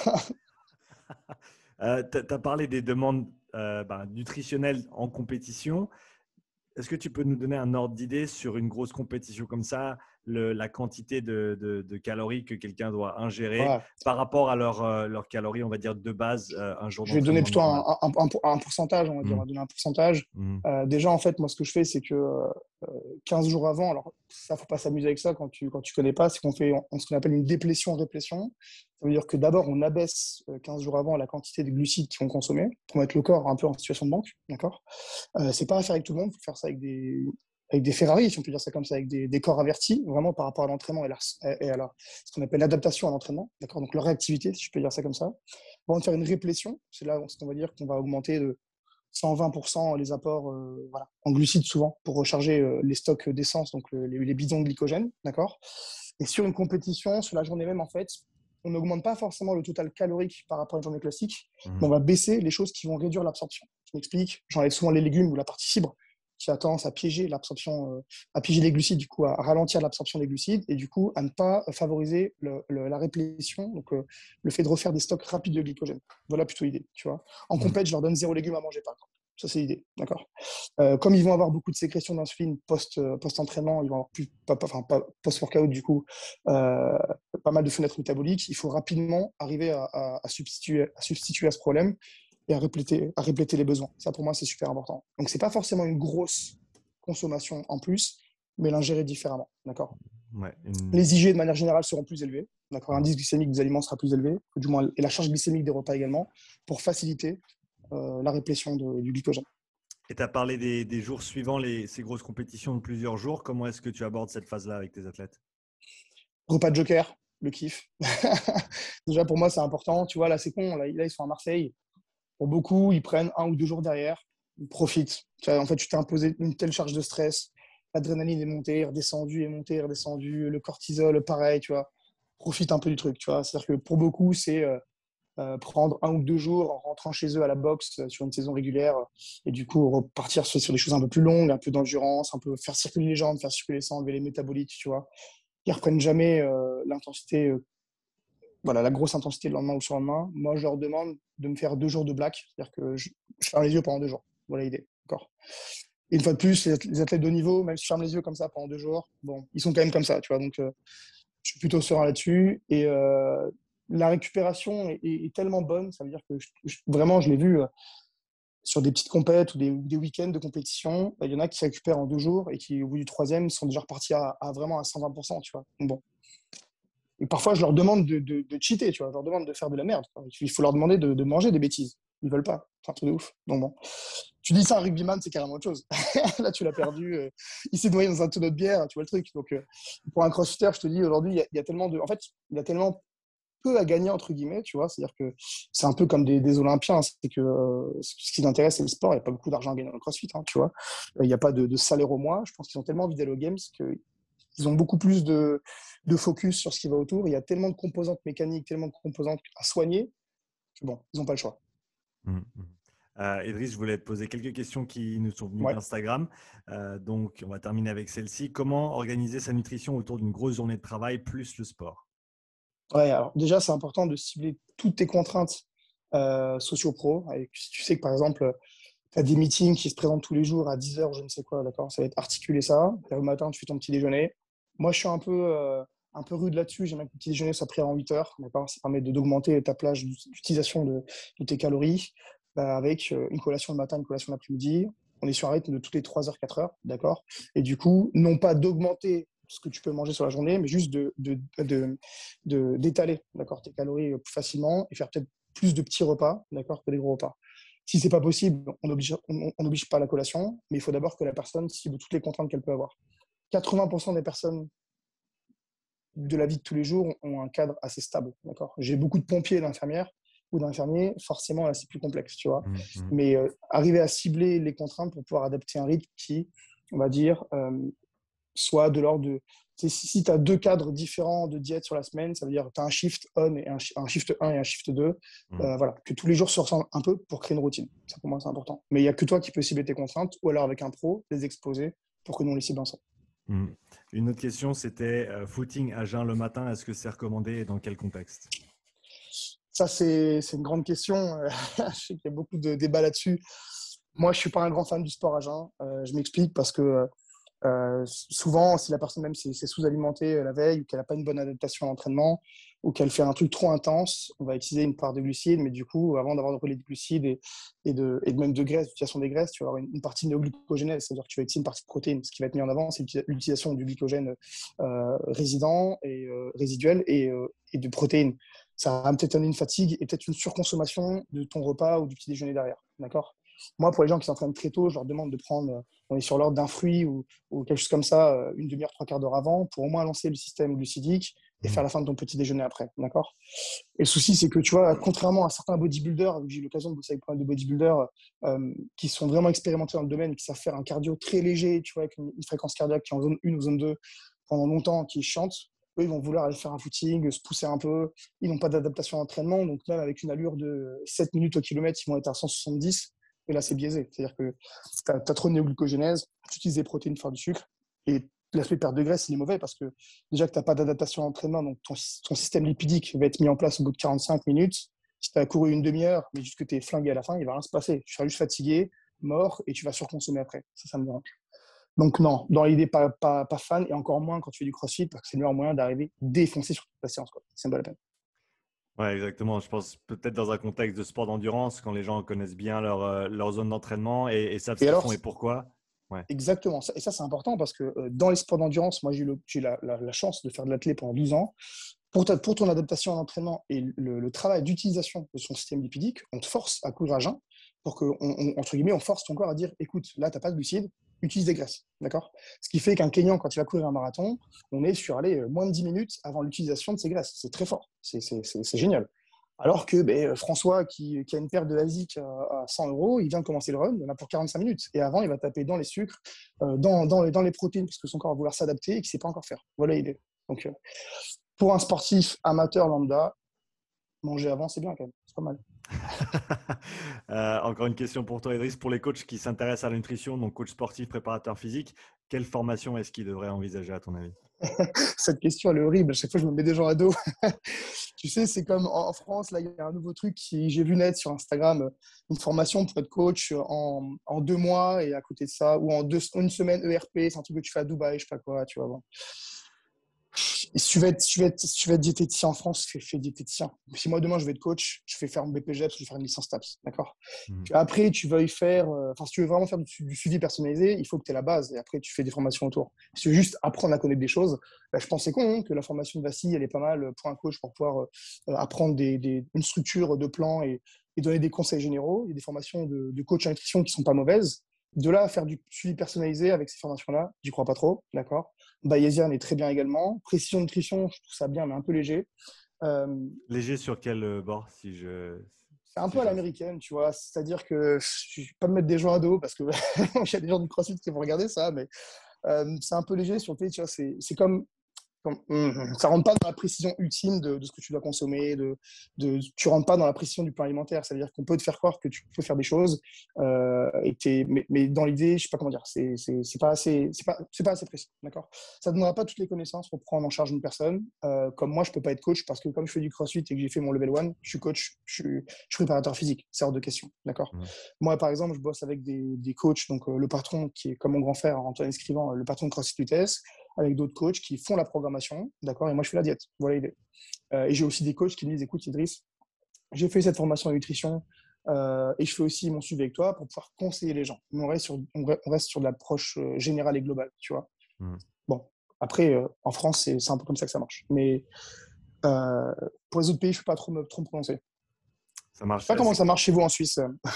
Euh, tu as parlé des demandes euh, bah, nutritionnelles en compétition. Est-ce que tu peux nous donner un ordre d'idée sur une grosse compétition comme ça, le- la quantité de, de- de calories que quelqu'un doit ingérer Ouais. par rapport à leurs euh, leurs calories, on va dire, de base, euh, un jour Je vais donner d'entraînement plutôt un, normal? un, un, un pourcentage, on va dire. On Mhm. va donner un pourcentage. Mhm. Euh, déjà, en fait, moi, ce que je fais, c'est que euh, quinze jours avant, alors ça, faut pas s'amuser avec ça quand tu quand tu connais pas, c'est qu'on fait on, ce qu'on appelle une déplétion-réplétion. Ça veut dire que d'abord, on abaisse euh, quinze jours avant la quantité de glucides qu'ils vont consommer pour mettre le corps un peu en situation de manque. D'accord. Euh, c'est pas à faire avec tout le monde, il faut faire ça avec des avec des Ferrari, si on peut dire ça comme ça, avec des, des corps avertis, vraiment par rapport à l'entraînement et, la, et à la, ce qu'on appelle l'adaptation à l'entraînement, d'accord. Donc leur réactivité, si je peux dire ça comme ça. On va faire une réplétion, c'est là on va dire qu'on va augmenter de cent vingt pour cent les apports euh, voilà, en glucides souvent pour recharger euh, les stocks d'essence, donc le, les, les bidons de glycogène, d'accord. Et sur une compétition, sur la journée même, en fait, on n'augmente pas forcément le total calorique par rapport à une journée classique, mais on Mhm. va baisser les choses qui vont réduire l'absorption. Je m'explique, j'enlève souvent les légumes ou la partie fibre qui a tendance à piéger l'absorption, euh, à piéger les glucides, du coup à ralentir l'absorption des glucides et du coup à ne pas favoriser le, le, la réplétion, donc euh, le fait de refaire des stocks rapides de glycogène. Voilà plutôt l'idée, tu vois. En Mhm. compète, je leur donne zéro légumes à manger par exemple. Ça, c'est l'idée, d'accord. Euh, comme ils vont avoir beaucoup de sécrétions d'insuline post, euh, post-entraînement, ils vont avoir plus, pas, pas, enfin, pas, post-workout, du coup, euh, pas mal de fenêtres métaboliques. Il faut rapidement arriver à, à, à, substituer, à substituer à ce problème et à répléter, à répléter les besoins. Ça, pour moi, c'est super important. Donc, c'est pas forcément une grosse consommation en plus, mais l'ingérer différemment, d'accord. Ouais, une- Les I G, de manière générale, seront plus élevés, d'accord. Mhm. L'indice glycémique des aliments sera plus élevé, du moins, et la charge glycémique des repas également, pour faciliter euh, la réplétion de, du glycogène. Et tu as parlé des, des jours suivants, les, ces grosses compétitions de plusieurs jours. Comment est-ce que tu abordes cette phase-là avec tes athlètes? Repas de joker, le kiff. Déjà, pour moi, c'est important. Tu vois, là, c'est con. Là, là, ils sont à Marseille. Pour beaucoup, ils prennent un ou deux jours derrière. Ils profitent. Tu vois, en fait, tu t'es imposé une telle charge de stress. L'adrénaline est montée, redescendue, est montée, redescendue. Le cortisol, pareil, tu vois. Profite un peu du truc, tu vois. C'est-à-dire que pour beaucoup, c'est euh, euh, prendre un ou deux jours en rentrant chez eux à la boxe euh, sur une saison régulière euh, et du coup repartir sur, sur des choses un peu plus longues, un peu d'endurance, un peu faire circuler les jambes, faire circuler le sang, enlever les métabolites, tu vois. Ils reprennent jamais euh, l'intensité, euh, voilà, la grosse intensité le lendemain ou sur le lendemain. Moi, je leur demande de me faire deux jours de black, c'est-à-dire que je, je ferme les yeux pendant deux jours. Voilà l'idée. D'accord. Et une fois de plus, les, les athlètes de haut niveau, même si je ferme les yeux comme ça pendant deux jours, bon, ils sont quand même comme ça, tu vois. Donc, euh, je suis plutôt serein là-dessus. Et euh, la récupération est, est, est, tellement bonne, ça veut dire que je, je, vraiment, je l'ai vu euh, sur des petites compètes ou des, des week-ends de compétition. Il y en a qui récupèrent en deux jours et qui, au bout du troisième, sont déjà repartis à, à vraiment à cent vingt pour cent, tu vois. Donc, bon. Et parfois, je leur demande de, de, de cheater, tu vois. Je leur demande de faire de la merde. Il faut leur demander de, de manger des bêtises. Ils veulent pas. C'est un truc de ouf. Donc bon. Tu dis ça à un rugbyman, c'est carrément autre chose. Là, tu l'as perdu. Euh, il s'est noyé dans un tonneau de bière, tu vois le truc. Donc, euh, pour un crossfitter, je te dis, aujourd'hui, il y, a, il y a tellement de... En fait, il y a tellement peu à gagner, entre guillemets, tu vois. C'est-à-dire que c'est un peu comme des, des Olympiens. C'est que euh, ce qui les intéresse, c'est le sport. Il n'y a pas beaucoup d'argent à gagner dans le crossfit, hein, tu vois. Il n'y a pas de, de salaire au mois. Je pense qu'ils ont tellement envie d'aller aux Games que ils ont beaucoup plus de, de focus sur ce qui va autour. Il y a tellement de composantes mécaniques, tellement de composantes à soigner, que bon, ils n'ont pas le choix. Mmh, mmh. Euh, Idriss, je voulais te poser quelques questions qui nous sont venues Ouais. d'Instagram. Euh, donc, on va terminer avec celle-ci. Comment organiser sa nutrition autour d'une grosse journée de travail plus le sport? Ouais, alors déjà, c'est important de cibler toutes tes contraintes euh, socio-pro. Si tu sais que, par exemple, tu as des meetings qui se présentent tous les jours à dix heures, je ne sais quoi, d'accord? Ça va être articuler ça. Et le matin, tu fais ton petit déjeuner. Moi, je suis un peu, euh, un peu rude là-dessus. J'aime que le petit déjeuner soit pris à huit heures, d'accord? Ça permet de, d'augmenter ta plage d'utilisation de, de tes calories bah, avec euh, une collation le matin, une collation l'après-midi. On est sur un rythme de toutes les trois heures, quatre heures, d'accord? Et du coup, non pas d'augmenter ce que tu peux manger sur la journée, mais juste de, de, de, de- d'étaler, d'accord, tes calories plus facilement et faire peut-être plus de petits repas, d'accord, que des gros repas. Si c'est pas possible, on n'oblige on, on n'oblige pas la collation, mais il faut d'abord que la personne cible toutes les contraintes qu'elle peut avoir. quatre-vingts pour cent des personnes de la vie de tous les jours ont un cadre assez stable. D'accord. J'ai beaucoup de pompiers et d'infirmières ou d'infirmiers, forcément, là, c'est plus complexe, tu vois. Mmh, mmh. Mais euh, arriver à cibler les contraintes pour pouvoir adapter un rythme qui, on va dire, euh, soit de l'ordre de... Si, si tu as deux cadres différents de diète sur la semaine, ça veut dire que tu as un shift on et un, un shift un et un shift deux. Mmh. Euh, voilà, que tous les jours se ressemblent un peu pour créer une routine. Ça, pour moi, c'est important. Mais il n'y a que toi qui peux cibler tes contraintes ou alors avec un pro, les exposer pour que nous, on les cible ensemble. Mmh. Une autre question, c'était euh, footing à jeun le matin. Est-ce que c'est recommandé et dans quel contexte? Ça, c'est une grande question. Je sais qu'il y a beaucoup de débats là-dessus. Moi, je ne suis pas un grand fan du sport à jeun. Euh, je m'explique parce que euh, souvent, si la personne même s'est sous-alimentée la veille ou qu'elle n'a pas une bonne adaptation à l'entraînement ou qu'elle fait un truc trop intense, on va utiliser une part de glucides. Mais du coup, avant d'avoir de relais de glucides et, et, de, et de même de graisse, l'utilisation des graisses, tu vas avoir une, une partie néoglucogénèse. C'est-à-dire que tu vas utiliser une partie de protéines. Ce qui va être mis en avant, c'est l'utilisation du glycogène euh, résident et euh, résiduel et, euh, et de protéines. Ça va peut-être amener une fatigue et peut-être une surconsommation de ton repas ou du petit déjeuner derrière. D'accord. Moi, pour les gens qui s'entraînent très tôt, je leur demande de prendre, on est sur l'ordre d'un fruit ou, ou quelque chose comme ça, une demi-heure, trois quarts d'heure avant, pour au moins lancer le système glucidique et Mmh. faire la fin de ton petit déjeuner après. D'accord. Et le souci, c'est que tu vois, contrairement à certains bodybuilders, j'ai eu l'occasion de bosser avec plein de bodybuilders euh, qui sont vraiment expérimentés dans le domaine, qui savent faire un cardio très léger, tu vois, avec une, une fréquence cardiaque qui est en zone un ou zone deux pendant longtemps, qui est chiante. Eux, ils vont vouloir aller faire un footing, se pousser un peu. Ils n'ont pas d'adaptation à l'entraînement, donc même avec une allure de sept minutes au kilomètre, ils vont être à cent soixante-dix. Et là, c'est biaisé. C'est-à-dire que tu as, as trop de néoglucogénèse, tu utilises des protéines fortes du sucre. Et l'aspect perte de graisse, il est mauvais parce que déjà que tu n'as pas d'adaptation à l'entraînement, donc ton, ton système lipidique va être mis en place au bout de quarante-cinq minutes. Si tu as couru une demi-heure, mais juste que tu es flingué à la fin, il ne va rien se passer. Tu seras juste fatigué, mort, et tu vas surconsommer après. Ça, ça me dérange. Donc non, dans l'idée, pas, pas, pas fan, et encore moins quand tu fais du crossfit, parce que c'est le meilleur moyen d'arriver défoncé sur toute la séance. C'est une bonne peine. Ouais, exactement. Je pense peut-être dans un contexte de sport d'endurance, quand les gens connaissent bien leur, euh, leur zone d'entraînement et, et savent ce Et qu'ils alors, font et pourquoi. Ouais. exactement. Et ça, c'est important parce que euh, dans les sports d'endurance, moi, j'ai eu, le, j'ai eu la, la, la, chance de faire de l'athlète pendant douze ans. Pour, ta, pour ton adaptation à l'entraînement et le, le travail d'utilisation de son système lipidique, on te force à courir à jeun pour que, on, on, entre guillemets, on force ton corps à dire, écoute, là, tu n'as pas de glucides, utilise des graisses. D'accord ? Ce qui fait qu'un Kenyan, quand il va courir un marathon, on est sur allez, moins de dix minutes avant l'utilisation de ces graisses. C'est très fort. C'est, c'est, c'est, c'est génial. Alors que ben, François, qui, qui a une paire de ASIC à, à cent euros, il vient de commencer le run, il en a pour quarante-cinq minutes. Et avant, il va taper dans les sucres, euh, dans, dans, les, dans les protéines, parce que son corps va vouloir s'adapter et qu'il ne sait pas encore faire. Voilà l'idée. Donc, euh, pour un sportif amateur lambda, manger avant, c'est bien quand même. C'est pas mal. euh, encore une question pour toi, Idriss. Pour les coachs qui s'intéressent à la nutrition, donc coach sportif, préparateur physique, quelle formation est-ce qu'ils devraient envisager à ton avis ? Cette question, elle est horrible. À chaque fois, je me mets des gens à dos. Tu sais, c'est comme en France, là, il y a un nouveau truc qui j'ai vu naître sur Instagram, une formation pour être coach en, en deux mois et à côté de ça, ou en deux, une semaine E R P, c'est un truc que tu fais à Dubaï, je sais pas quoi, tu vois. Bon. Et si tu veux être, si tu veux être, si tu veux être diététicien en France, fais, fais diététicien. Si moi, demain, je vais être coach, je fais faire mon B P G E P S, je vais faire une licence T A P S, d'accord ? Mmh. Après, tu veuilles faire… Enfin, euh, si tu veux vraiment faire du, du suivi personnalisé, il faut que tu aies la base. Et après, tu fais des formations autour. Si tu veux juste apprendre à connaître des choses, bah, je pense que c'est con hein, que la formation de Vassi, elle est pas mal pour un coach pour pouvoir euh, apprendre des, des, une structure de plan et, et donner des conseils généraux. Il y a des formations de, de coach en nutrition qui sont pas mauvaises. De là à faire du suivi personnalisé avec ces formations-là, j'y crois pas trop, d'accord. Bayesian est très bien également. Précision nutrition, je trouve ça bien, mais un peu léger. Euh, léger sur quel bord si je... C'est un si peu à l'américaine, tu vois. C'est-à-dire que je ne vais pas me mettre des gens à dos parce qu'il y a des gens du CrossFit qui vont regarder ça, mais euh, c'est un peu léger sur le fait, tu vois, c'est, c'est comme… Ça ne rentre pas dans la précision ultime de, de ce que tu dois consommer. De, de, tu ne rentres pas dans la précision du plan alimentaire. Ça veut dire qu'on peut te faire croire que tu peux faire des choses, euh, et t'es, mais, mais dans l'idée, je ne sais pas comment dire, ce n'est c'est, c'est pas, assez, c'est pas, c'est pas assez précis. D'accord ? Ça ne donnera pas toutes les connaissances pour prendre en charge une personne. Euh, comme moi, je ne peux pas être coach parce que comme je fais du CrossFit et que j'ai fait mon level one, je suis coach, je suis, je suis préparateur physique. C'est hors de question. D'accord ? Mmh. Moi, par exemple, je bosse avec des, des coachs. Donc, euh, le patron, qui est comme mon grand frère, Antoine Escrivant, le patron de CrossFit U T S, avec d'autres coachs qui font la programmation, d'accord, et moi je fais la diète. Voilà l'idée. Euh, et j'ai aussi des coachs qui me disent, écoute Idriss, j'ai fait cette formation en nutrition euh, et je fais aussi mon suivi avec toi pour pouvoir conseiller les gens. Mais on reste sur, on reste sur de l'approche générale et globale, tu vois. Mmh. Bon, après, euh, en France, c'est, c'est un peu comme ça que ça marche. Mais euh, pour les autres pays, je ne peux pas trop me, trop me prononcer. Ça marche. Je ne sais pas comment ça marche chez vous en Suisse.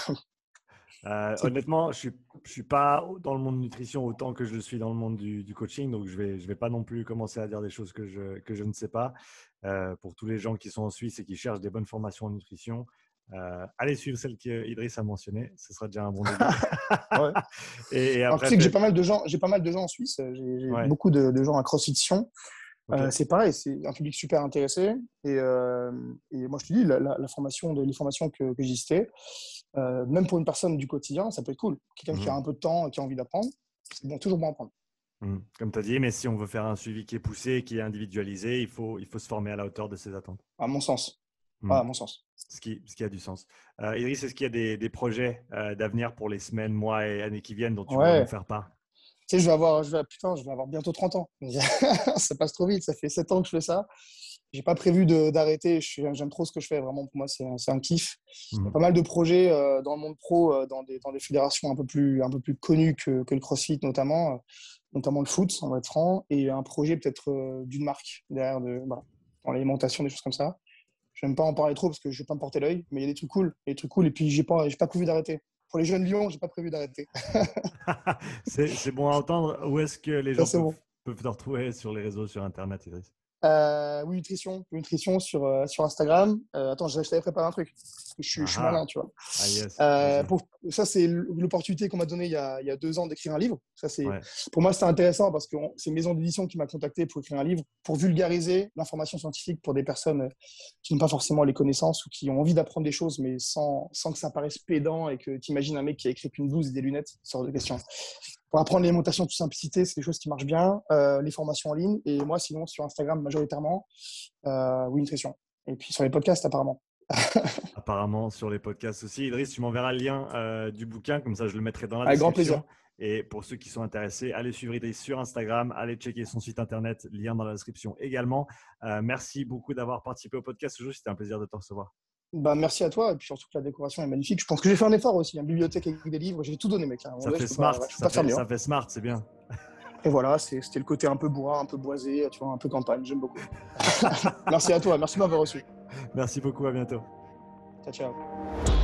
Euh, honnêtement, je ne suis, je suis pas dans le monde nutrition autant que je le suis dans le monde du, du coaching, donc je ne vais, je vais pas non plus commencer à dire des choses que je, que je ne sais pas. Euh, pour tous les gens qui sont en Suisse et qui cherchent des bonnes formations en nutrition, euh, allez suivre celle qu'Idriss a mentionnée, ce sera déjà un bon début. Ouais. et, et après, Alors, tu sais que j'ai pas mal de gens, j'ai pas mal de gens en Suisse, j'ai, j'ai ouais. beaucoup de, de gens à CrossFit Sion. Okay. Euh, c'est pareil, c'est un public super intéressé. Et, euh, et moi, je te dis, la, la, la formation, les formations que, que j'ai citées, euh, même pour une personne du quotidien, ça peut être cool. Quelqu'un mmh. qui a un peu de temps, qui a envie d'apprendre, c'est bon, toujours bon à apprendre. Mmh. Comme tu as dit, mais si on veut faire un suivi qui est poussé, qui est individualisé, il faut, il faut se former à la hauteur de ses attentes. À mon sens. Mmh. Ah, à mon sens. Ce qui, ce qui a du sens. Euh, Idriss, est-ce qu'il y a des, des projets euh, d'avenir pour les semaines, mois et années qui viennent dont tu ouais. veux nous faire part ? Tu sais, je vais avoir, je vais, putain, je vais avoir bientôt trente ans. Ça passe trop vite. Ça fait sept ans que je fais ça. J'ai pas prévu de, d'arrêter. Je suis, j'aime trop ce que je fais. Vraiment, pour moi, c'est, c'est un kiff. Mmh. Il y a pas mal de projets euh, dans le monde pro, euh, dans, des, dans des fédérations un peu plus, un peu plus connues que, que le CrossFit, notamment, euh, notamment le foot, on va être franc, et un projet peut-être euh, d'une marque derrière, de, voilà, dans l'alimentation, des choses comme ça. J'aime pas en parler trop parce que je vais pas me porter l'œil, mais il y a des trucs cool, des trucs cool. Et puis, j'ai pas, j'ai pas prévu d'arrêter. Pour les jeunes lions, j'ai pas prévu d'arrêter. c'est, c'est bon à entendre. Où est-ce que les gens peuvent, bon. peuvent te retrouver sur les réseaux, sur Internet, Idriss ? Euh, oui, nutrition, nutrition sur, euh, sur Instagram. Euh, attends, je, je t'avais préparé un truc. Je suis, je suis malin, tu vois. Ah, yes. euh, pour, ça, c'est l'opportunité qu'on m'a donnée il y a, il y a deux ans d'écrire un livre. Ça, c'est, ouais. Pour moi, c'était intéressant parce que on, c'est une maison d'édition qui m'a contacté pour écrire un livre, pour vulgariser l'information scientifique pour des personnes qui n'ont pas forcément les connaissances ou qui ont envie d'apprendre des choses, mais sans, sans que ça paraisse pédant et que tu imagines un mec qui a écrit qu'une blouse et des lunettes, ce genre de questions. Pour apprendre l'alimentation en toute simplicité, c'est des choses qui marchent bien. Euh, les formations en ligne. Et moi, sinon, sur Instagram, majoritairement, euh, oui, nutrition. Et puis sur les podcasts, apparemment. Apparemment, sur les podcasts aussi. Idriss, tu m'enverras le lien euh, du bouquin. Comme ça, je le mettrai dans la Avec description. Grand plaisir. Et pour ceux qui sont intéressés, allez suivre Idriss sur Instagram. Allez checker son site internet. Lien dans la description également. Euh, merci beaucoup d'avoir participé au podcast. Aujourd'hui, c'était un plaisir de te recevoir. Bah, merci à toi, et puis surtout que la décoration est magnifique. Je pense que j'ai fait un effort aussi, une bibliothèque avec des livres, j'ai tout donné, mec. Ça fait smart, pas, ça, fait, ça fait smart, c'est bien. Et voilà, c'est, c'était le côté un peu bourrin, un peu boisé, tu vois, un peu campagne, j'aime beaucoup. Merci à toi, merci de m'avoir reçu. Merci beaucoup, à bientôt. Ciao, ciao.